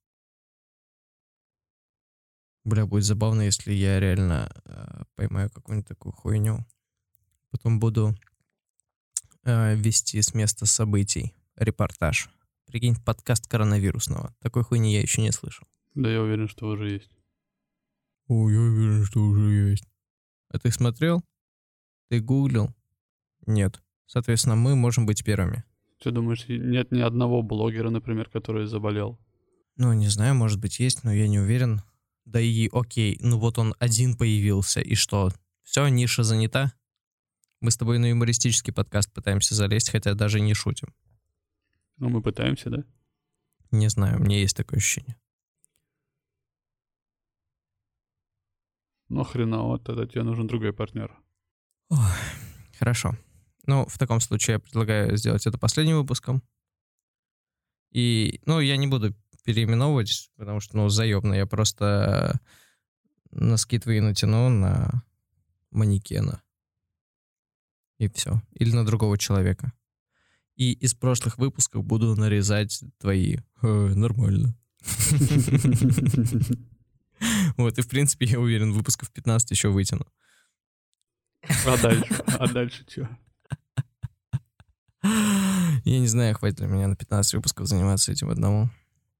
Бля, будет забавно, если я реально э, поймаю какую-нибудь такую хуйню. Потом буду э, вести с места событий репортаж. Прикинь, подкаст коронавирусного. Такой хуйни я еще не слышал. Да, я уверен, что уже есть. Ой, я уверен, что уже есть. А ты смотрел? Ты гуглил? Нет. Соответственно, мы можем быть первыми. Ты думаешь, и нет ни одного блогера, например, который заболел? Ну, не знаю, может быть, есть, но я не уверен. Да и окей, ну вот он один появился, и что? Все, ниша занята? Мы с тобой на юмористический подкаст пытаемся залезть, хотя даже не шутим. Ну, мы пытаемся, да? Не знаю, у меня есть такое ощущение. Ну, хреново, тогда тебе нужен другой партнер. Ой, хорошо. Ну, в таком случае я предлагаю сделать это последним выпуском. И, ну, я не буду переименовывать, потому что, ну, заебно. Я просто носки твои натяну на манекена. И все. Или на другого человека. И из прошлых выпусков буду нарезать твои. Э, нормально. Вот, и в принципе, я уверен, выпусков пятнадцать еще вытяну. А дальше? А дальше что? Я не знаю, хватит ли меня на пятнадцать выпусков заниматься этим одному.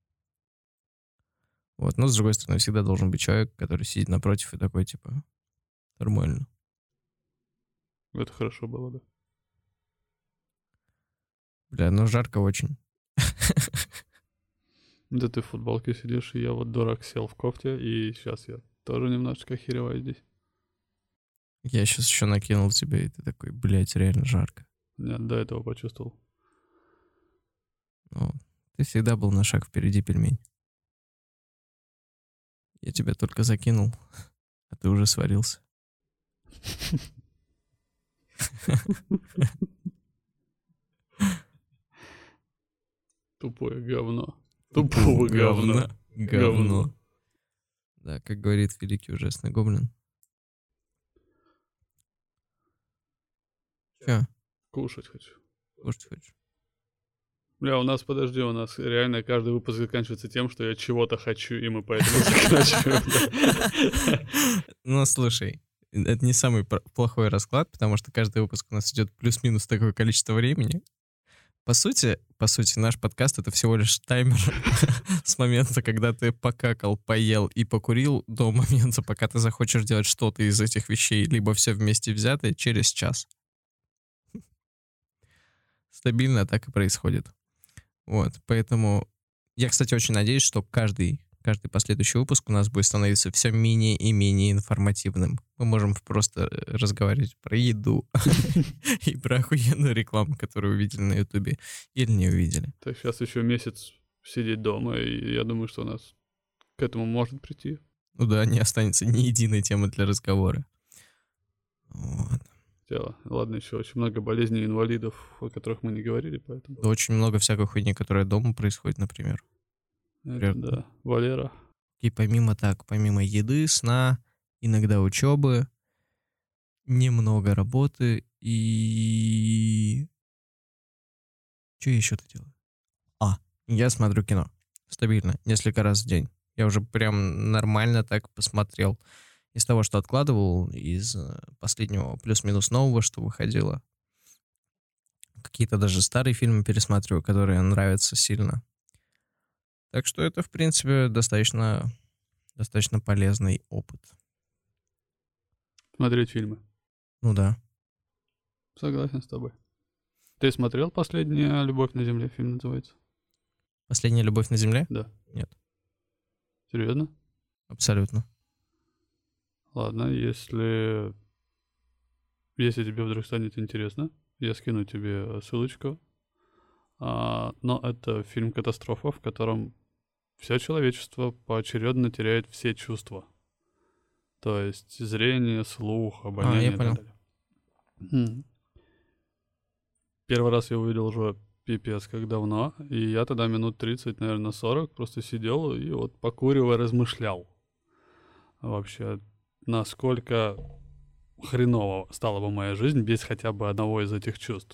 Вот, но с другой стороны, всегда должен быть человек, который сидит напротив и такой, типа, нормально. Это хорошо было, да. Бля, ну жарко очень. Да ты в футболке сидишь, и я вот дурак сел в кофте, и сейчас я тоже немножечко охереваю здесь. Я сейчас еще накинул тебе, и ты такой, блядь, реально жарко. Нет, до этого почувствовал. Ну, ты всегда был на шаг впереди, пельмень. Я тебя только закинул, а ты уже сварился. Тупое говно. Тупого говна. Говно. Да, как говорит великий ужасный гоблин. Че, Кушать хочу. кушать хочешь? Бля, у нас, подожди, у нас реально каждый выпуск заканчивается тем, что я чего-то хочу, и мы поэтому заканчиваем. Ну, слушай, это не самый пр- плохой расклад, потому что каждый выпуск у нас идет плюс-минус такое количество времени. По сути, по сути, наш подкаст — это всего лишь таймер с момента, когда ты покакал, поел и покурил, до момента, пока ты захочешь делать что-то из этих вещей, либо все вместе взятое, через час. Стабильно так и происходит. Вот, поэтому я, кстати, очень надеюсь, что каждый каждый последующий выпуск у нас будет становиться все менее и менее информативным. Мы можем просто разговаривать про еду и про охуенную рекламу, которую увидели на Ютубе или не увидели. Так сейчас еще месяц сидеть дома, и я думаю, что у нас к этому может прийти. Ну да, не останется ни единой темы для разговора. Вот. Дело. Ладно, еще очень много болезней инвалидов, о которых мы не говорили, поэтому... Да, очень много всякой хуйни, которая дома происходит, например. Это, да, Валера. И помимо так, помимо еды, сна, иногда учебы, немного работы и... Что я еще-то делаю? А, я смотрю кино. Стабильно, несколько раз в день. Я уже прям нормально так посмотрел. Из того, что откладывал, из последнего плюс-минус нового, что выходило. Какие-то даже старые фильмы пересматриваю, которые нравятся сильно. Так что это, в принципе, достаточно, достаточно полезный опыт. Смотреть фильмы. Ну да. Согласен с тобой. Ты смотрел «Последняя любовь на земле»? Фильм называется. «Последняя любовь на земле»? Да. Нет. Серьезно? Абсолютно. Ладно, если... Если тебе вдруг станет интересно, я скину тебе ссылочку. А, но это фильм-катастрофа, в котором все человечество поочередно теряет все чувства. То есть зрение, слух, обоняние а, я и понял. так далее. М. Первый раз я увидел уже пипец как давно, и я тогда минут тридцать, наверное, сорок просто сидел и вот покуривая размышлял. Вообще, насколько хреново стала бы моя жизнь без хотя бы одного из этих чувств.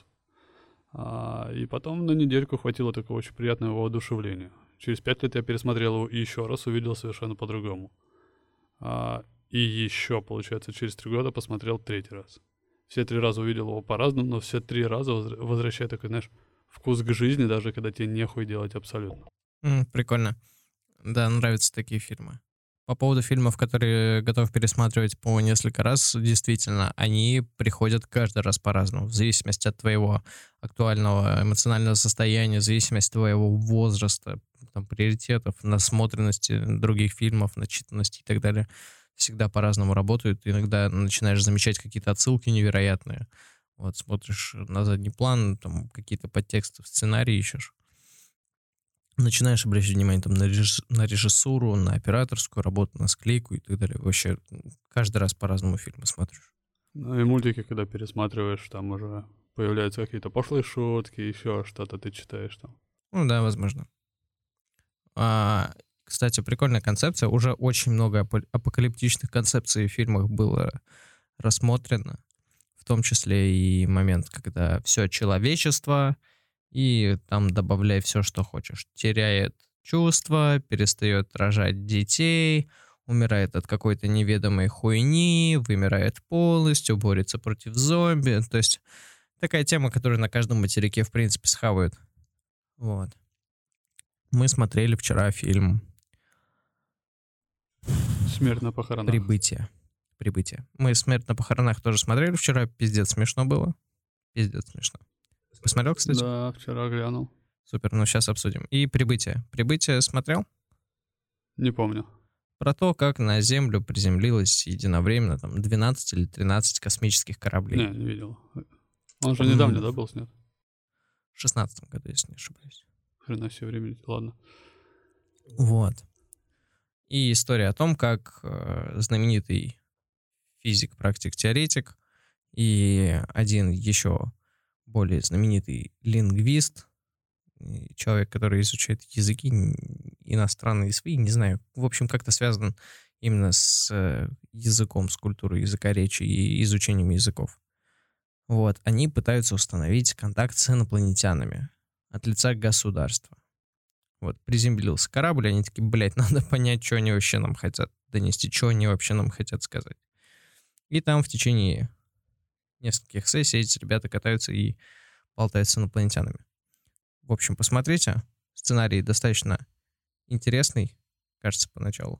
А, и потом на недельку хватило такого очень приятного воодушевления. Через пять лет я пересмотрел его и еще раз увидел совершенно по-другому. А, и еще, получается, через три года посмотрел третий раз. Все три раза увидел его по-разному, но все три раза возвра- возвращает такой, знаешь, вкус к жизни, даже когда тебе нехуй делать абсолютно. М, прикольно. Да, нравятся такие фильмы. По поводу фильмов, которые готов пересматривать по несколько раз, действительно, они приходят каждый раз по-разному, в зависимости от твоего актуального эмоционального состояния, в зависимости от твоего возраста, там, приоритетов, насмотренности других фильмов, начитанности и так далее. Всегда по-разному работают. Иногда начинаешь замечать какие-то отсылки невероятные. Вот, смотришь на задний план, там какие-то подтексты в сценарии ищешь. Начинаешь обращать внимание там, на, режисс- на режиссуру, на операторскую работу, на склейку и так далее. Вообще каждый раз по-разному фильмы смотришь. Ну и мультики, когда пересматриваешь, там уже появляются какие-то пошлые шутки, еще что-то ты читаешь там. Ну да, возможно. А, кстати, прикольная концепция. Уже очень много апо- апокалиптичных концепций в фильмах было рассмотрено. В том числе и момент, когда все человечество, и там добавляй все, что хочешь. Теряет чувства, перестает рожать детей, умирает от какой-то неведомой хуйни, вымирает полностью, борется против зомби. То есть такая тема, которую на каждом материке, в принципе, схавают. Вот. Мы смотрели вчера фильм Смерть на похоронах. «Прибытие». «Прибытие». Мы «Смерть на похоронах» тоже смотрели вчера. Пиздец смешно было. Пиздец смешно. Посмотрел, кстати? Да, вчера глянул. Супер, ну сейчас обсудим. И «Прибытие». «Прибытие» смотрел? Не помню. Про то, как на Землю приземлилось единовременно там двенадцать или тринадцать космических кораблей. Не, не видел. Он же М. недавно, да, был снят? В шестнадцатом году, если не ошибаюсь. Хрена себе времени. Ладно. Вот. И история о том, как э, знаменитый физик, практик, теоретик и один еще более знаменитый лингвист, и человек, который изучает языки н- иностранные свои, не знаю, в общем, как-то связан именно с э, языком, с культурой языкоречия и изучением языков. Вот, они пытаются установить контакт с инопланетянами от лица государства. Вот, приземлился корабль, они такие, блядь, надо понять, что они вообще нам хотят донести, что они вообще нам хотят сказать. И там в течение нескольких сессий эти ребята катаются и болтают с инопланетянами. В общем, посмотрите. Сценарий достаточно интересный, кажется, поначалу.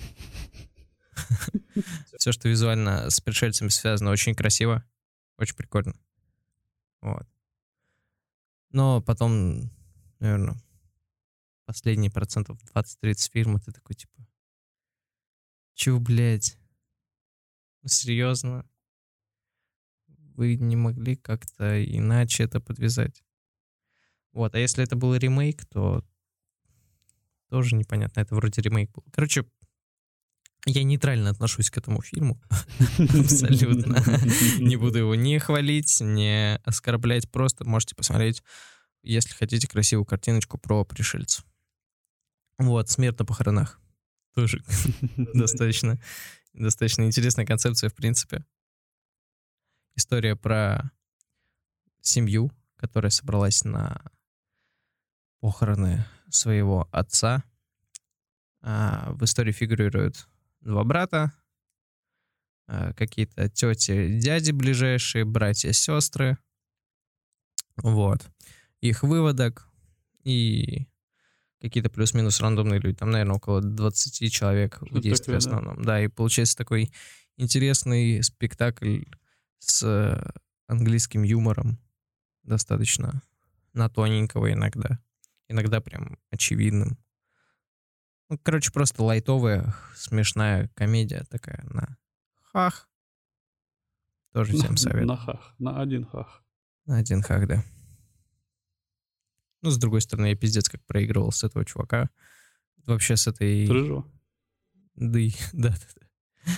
Все, что визуально с пришельцами связано, очень красиво, очень прикольно. Вот. Но потом, наверное, последние процентов двадцать-тридцать фильма ты такой, типа, чё, блядь? Ну, серьезно? Вы не могли как-то иначе это подвязать? Вот, а если это был ремейк, то тоже непонятно. Это вроде ремейк был. Короче, я нейтрально отношусь к этому фильму. Абсолютно. Не буду его ни хвалить, ни оскорблять. Просто можете посмотреть, если хотите, красивую картиночку про пришельцев. Вот, «Смерть на похоронах». Тоже достаточно, достаточно интересная концепция, в принципе. История про семью, которая собралась на похороны своего отца. А в истории фигурируют два брата, а, какие-то тети, дяди ближайшие, братья, сестры. Вот. Их выводок и какие-то плюс-минус рандомные люди. Там, наверное, около двадцати человек в Что-то действии такое, в да. основном. Да, и получается такой интересный спектакль с э, английским юмором. Достаточно на тоненького иногда. Иногда прям очевидным. Ну, короче, просто лайтовая, смешная комедия такая на хах. Тоже всем На советую. хах, на один хах. На один хах, да. Ну, с другой стороны, я пиздец как проигрывал с этого чувака. Вообще с этой... С рыжего? Да, и- да, да, да.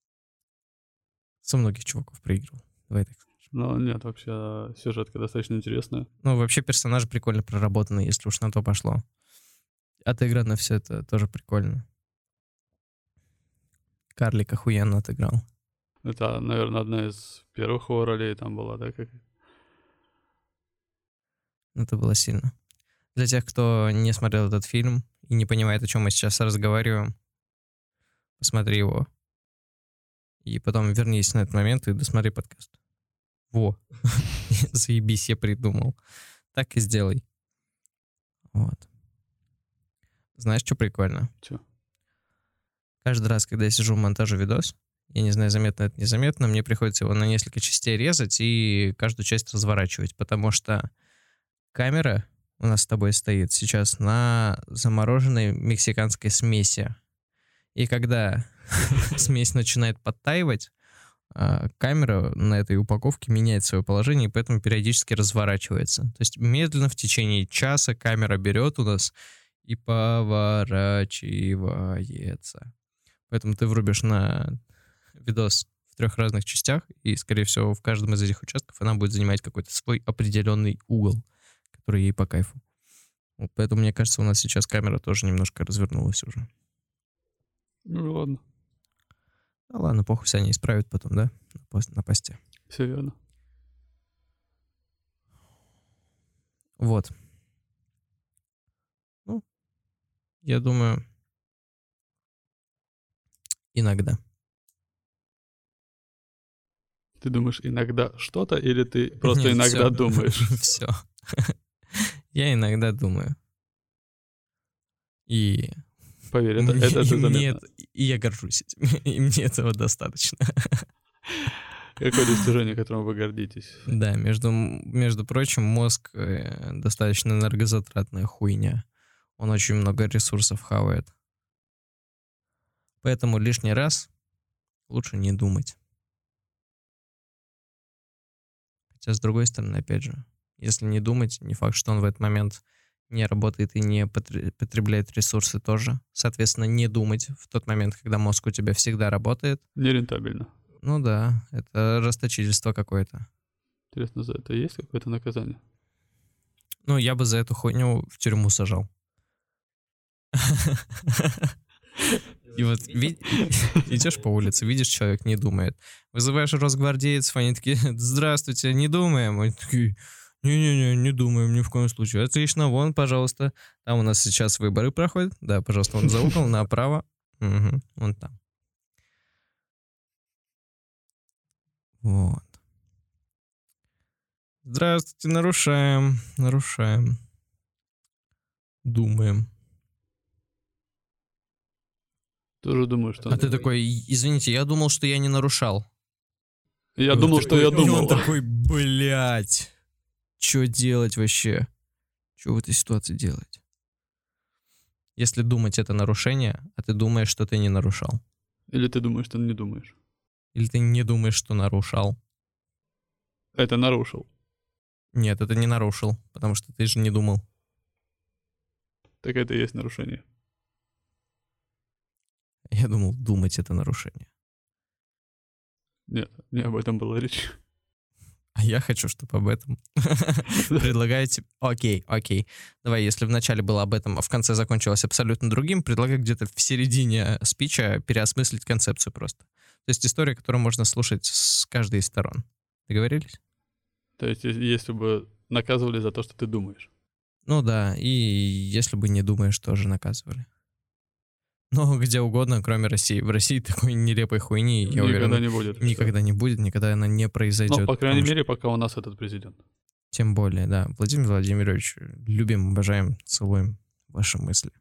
Со многих чуваков проигрывал. Давай так скажем. Ну, нет, вообще сюжетка достаточно интересная. Ну, вообще персонажи прикольно проработаны, если уж на то пошло. Отыграно все это тоже прикольно. Карлик охуенно отыграл. Это, наверное, одна из первых его ролей там была, да, как... Это было сильно. Для тех, кто не смотрел этот фильм и не понимает, о чем мы сейчас разговариваем, посмотри его. И потом вернись на этот момент и досмотри подкаст. Во. Заебись, я придумал. Так и сделай. Вот. Знаешь, что прикольно? Чё? Каждый раз, когда я сижу в монтаже видос, я не знаю, заметно это, незаметно, мне приходится его на несколько частей резать и каждую часть разворачивать, потому что камера у нас с тобой стоит сейчас на замороженной мексиканской смеси. И когда смесь начинает подтаивать, а, камера на этой упаковке меняет свое положение, и поэтому периодически разворачивается. То есть медленно в течение часа камера берет у нас и поворачивается. Поэтому ты врубишь на видос в трех разных частях, и, скорее всего, в каждом из этих участков она будет занимать какой-то свой определенный угол, который ей по кайфу. Вот поэтому, мне кажется, у нас сейчас камера тоже немножко развернулась уже. Ну, ладно, Ну ладно, похуй, все они исправят потом, да? На пост- На посте. все верно. Вот. Ну, я думаю, иногда. Ты думаешь иногда что-то, или ты просто Нет, иногда всё. думаешь? Все. Я иногда думаю. И Поверь, это, мне- это, и это мне заметно. это- и я горжусь этим. И мне этого достаточно. Какое достижение, которым вы гордитесь? Да, между, между прочим, мозг э, достаточно энергозатратная хуйня. Он очень много ресурсов хавает. Поэтому лишний раз лучше не думать. Хотя, с другой стороны, опять же, если не думать, не факт, что он в этот момент не работает и не потр- потребляет ресурсы тоже. Соответственно, не думать в тот момент, когда мозг у тебя всегда работает. Нерентабельно. Ну да, это расточительство какое-то. Интересно, за это есть какое-то наказание? Ну, я бы за эту хуйню в тюрьму сажал. И вот ви- идешь по улице, видишь, человек не думает. Вызываешь росгвардейцев, они такие: здравствуйте, не думаем. Они такие: не-не-не, не думаем ни в коем случае. Отлично, вон, пожалуйста. Там у нас сейчас выборы проходят. Да, пожалуйста, вон за угол, направо. Мгм, вон там. Вот. Здравствуйте, нарушаем, нарушаем. Думаем. Тоже думаю, что... А ты такой: извините, я думал, что я не нарушал. Я И он думал, что такой- я и он думал. такой: блять, что делать вообще? Что в этой ситуации делать? Если думать — это нарушение, а ты думаешь, что ты не нарушал. Или ты думаешь, что не думаешь? Или ты не думаешь, что нарушал. Это нарушил. Нет, это не нарушил, потому что ты же не думал. Так это и есть нарушение. Я думал, думать — это нарушение. Нет, не об этом была речь. А я хочу, чтобы об этом. Предлагаете... Окей, окей. Давай, если вначале было об этом, а в конце закончилось абсолютно другим, предлагаю где-то в середине спича переосмыслить концепцию просто. То есть история, которую можно слушать с каждой из сторон. Договорились? То есть, е- если бы наказывали за то, что ты думаешь. Ну да, и если бы не думаешь, тоже наказывали. Но где угодно, кроме России. В России такой нелепой хуйни, я Никогда уверен, не будет. никогда не будет, никогда она не произойдет. Ну, по крайней потому что- мере, пока у нас этот президент. Тем более, да. Владимир Владимирович, любим, обожаем, целуем ваши мысли.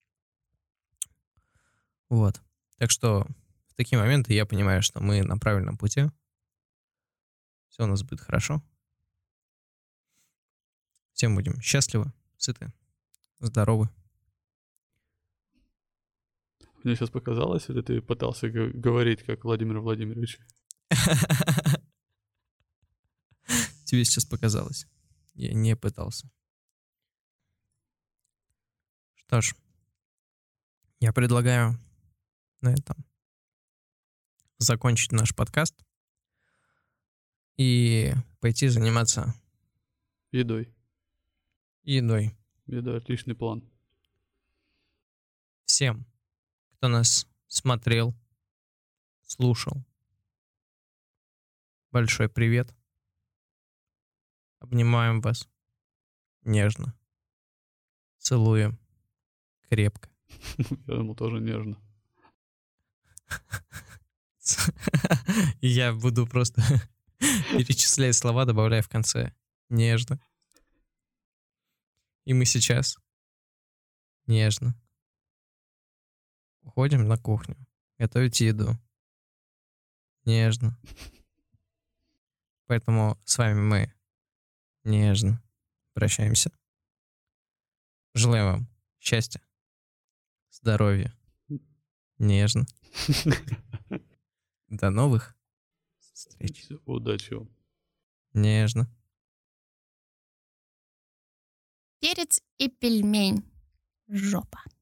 Вот. Так что в такие моменты я понимаю, что мы на правильном пути. Все у нас будет хорошо. Всем будем счастливы, сыты, здоровы. Мне сейчас показалось, или ты пытался г- говорить, как Владимир Владимирович? Тебе сейчас показалось. Я не пытался. Что ж, я предлагаю на этом закончить наш подкаст и пойти заниматься Едой. едой. Еда — отличный план. Всем, кто нас смотрел, слушал, большой привет. Обнимаем вас нежно. Целуем крепко. Я ему тоже нежно. И я буду просто перечислять слова, добавляя в конце нежно. И мы сейчас нежно уходим на кухню, готовить еду. Нежно. Поэтому с вами мы нежно прощаемся. Желаем вам счастья, здоровья, нежно. До новых встреч. Удачи вам. Нежно. Перец и пельмень. Жопа.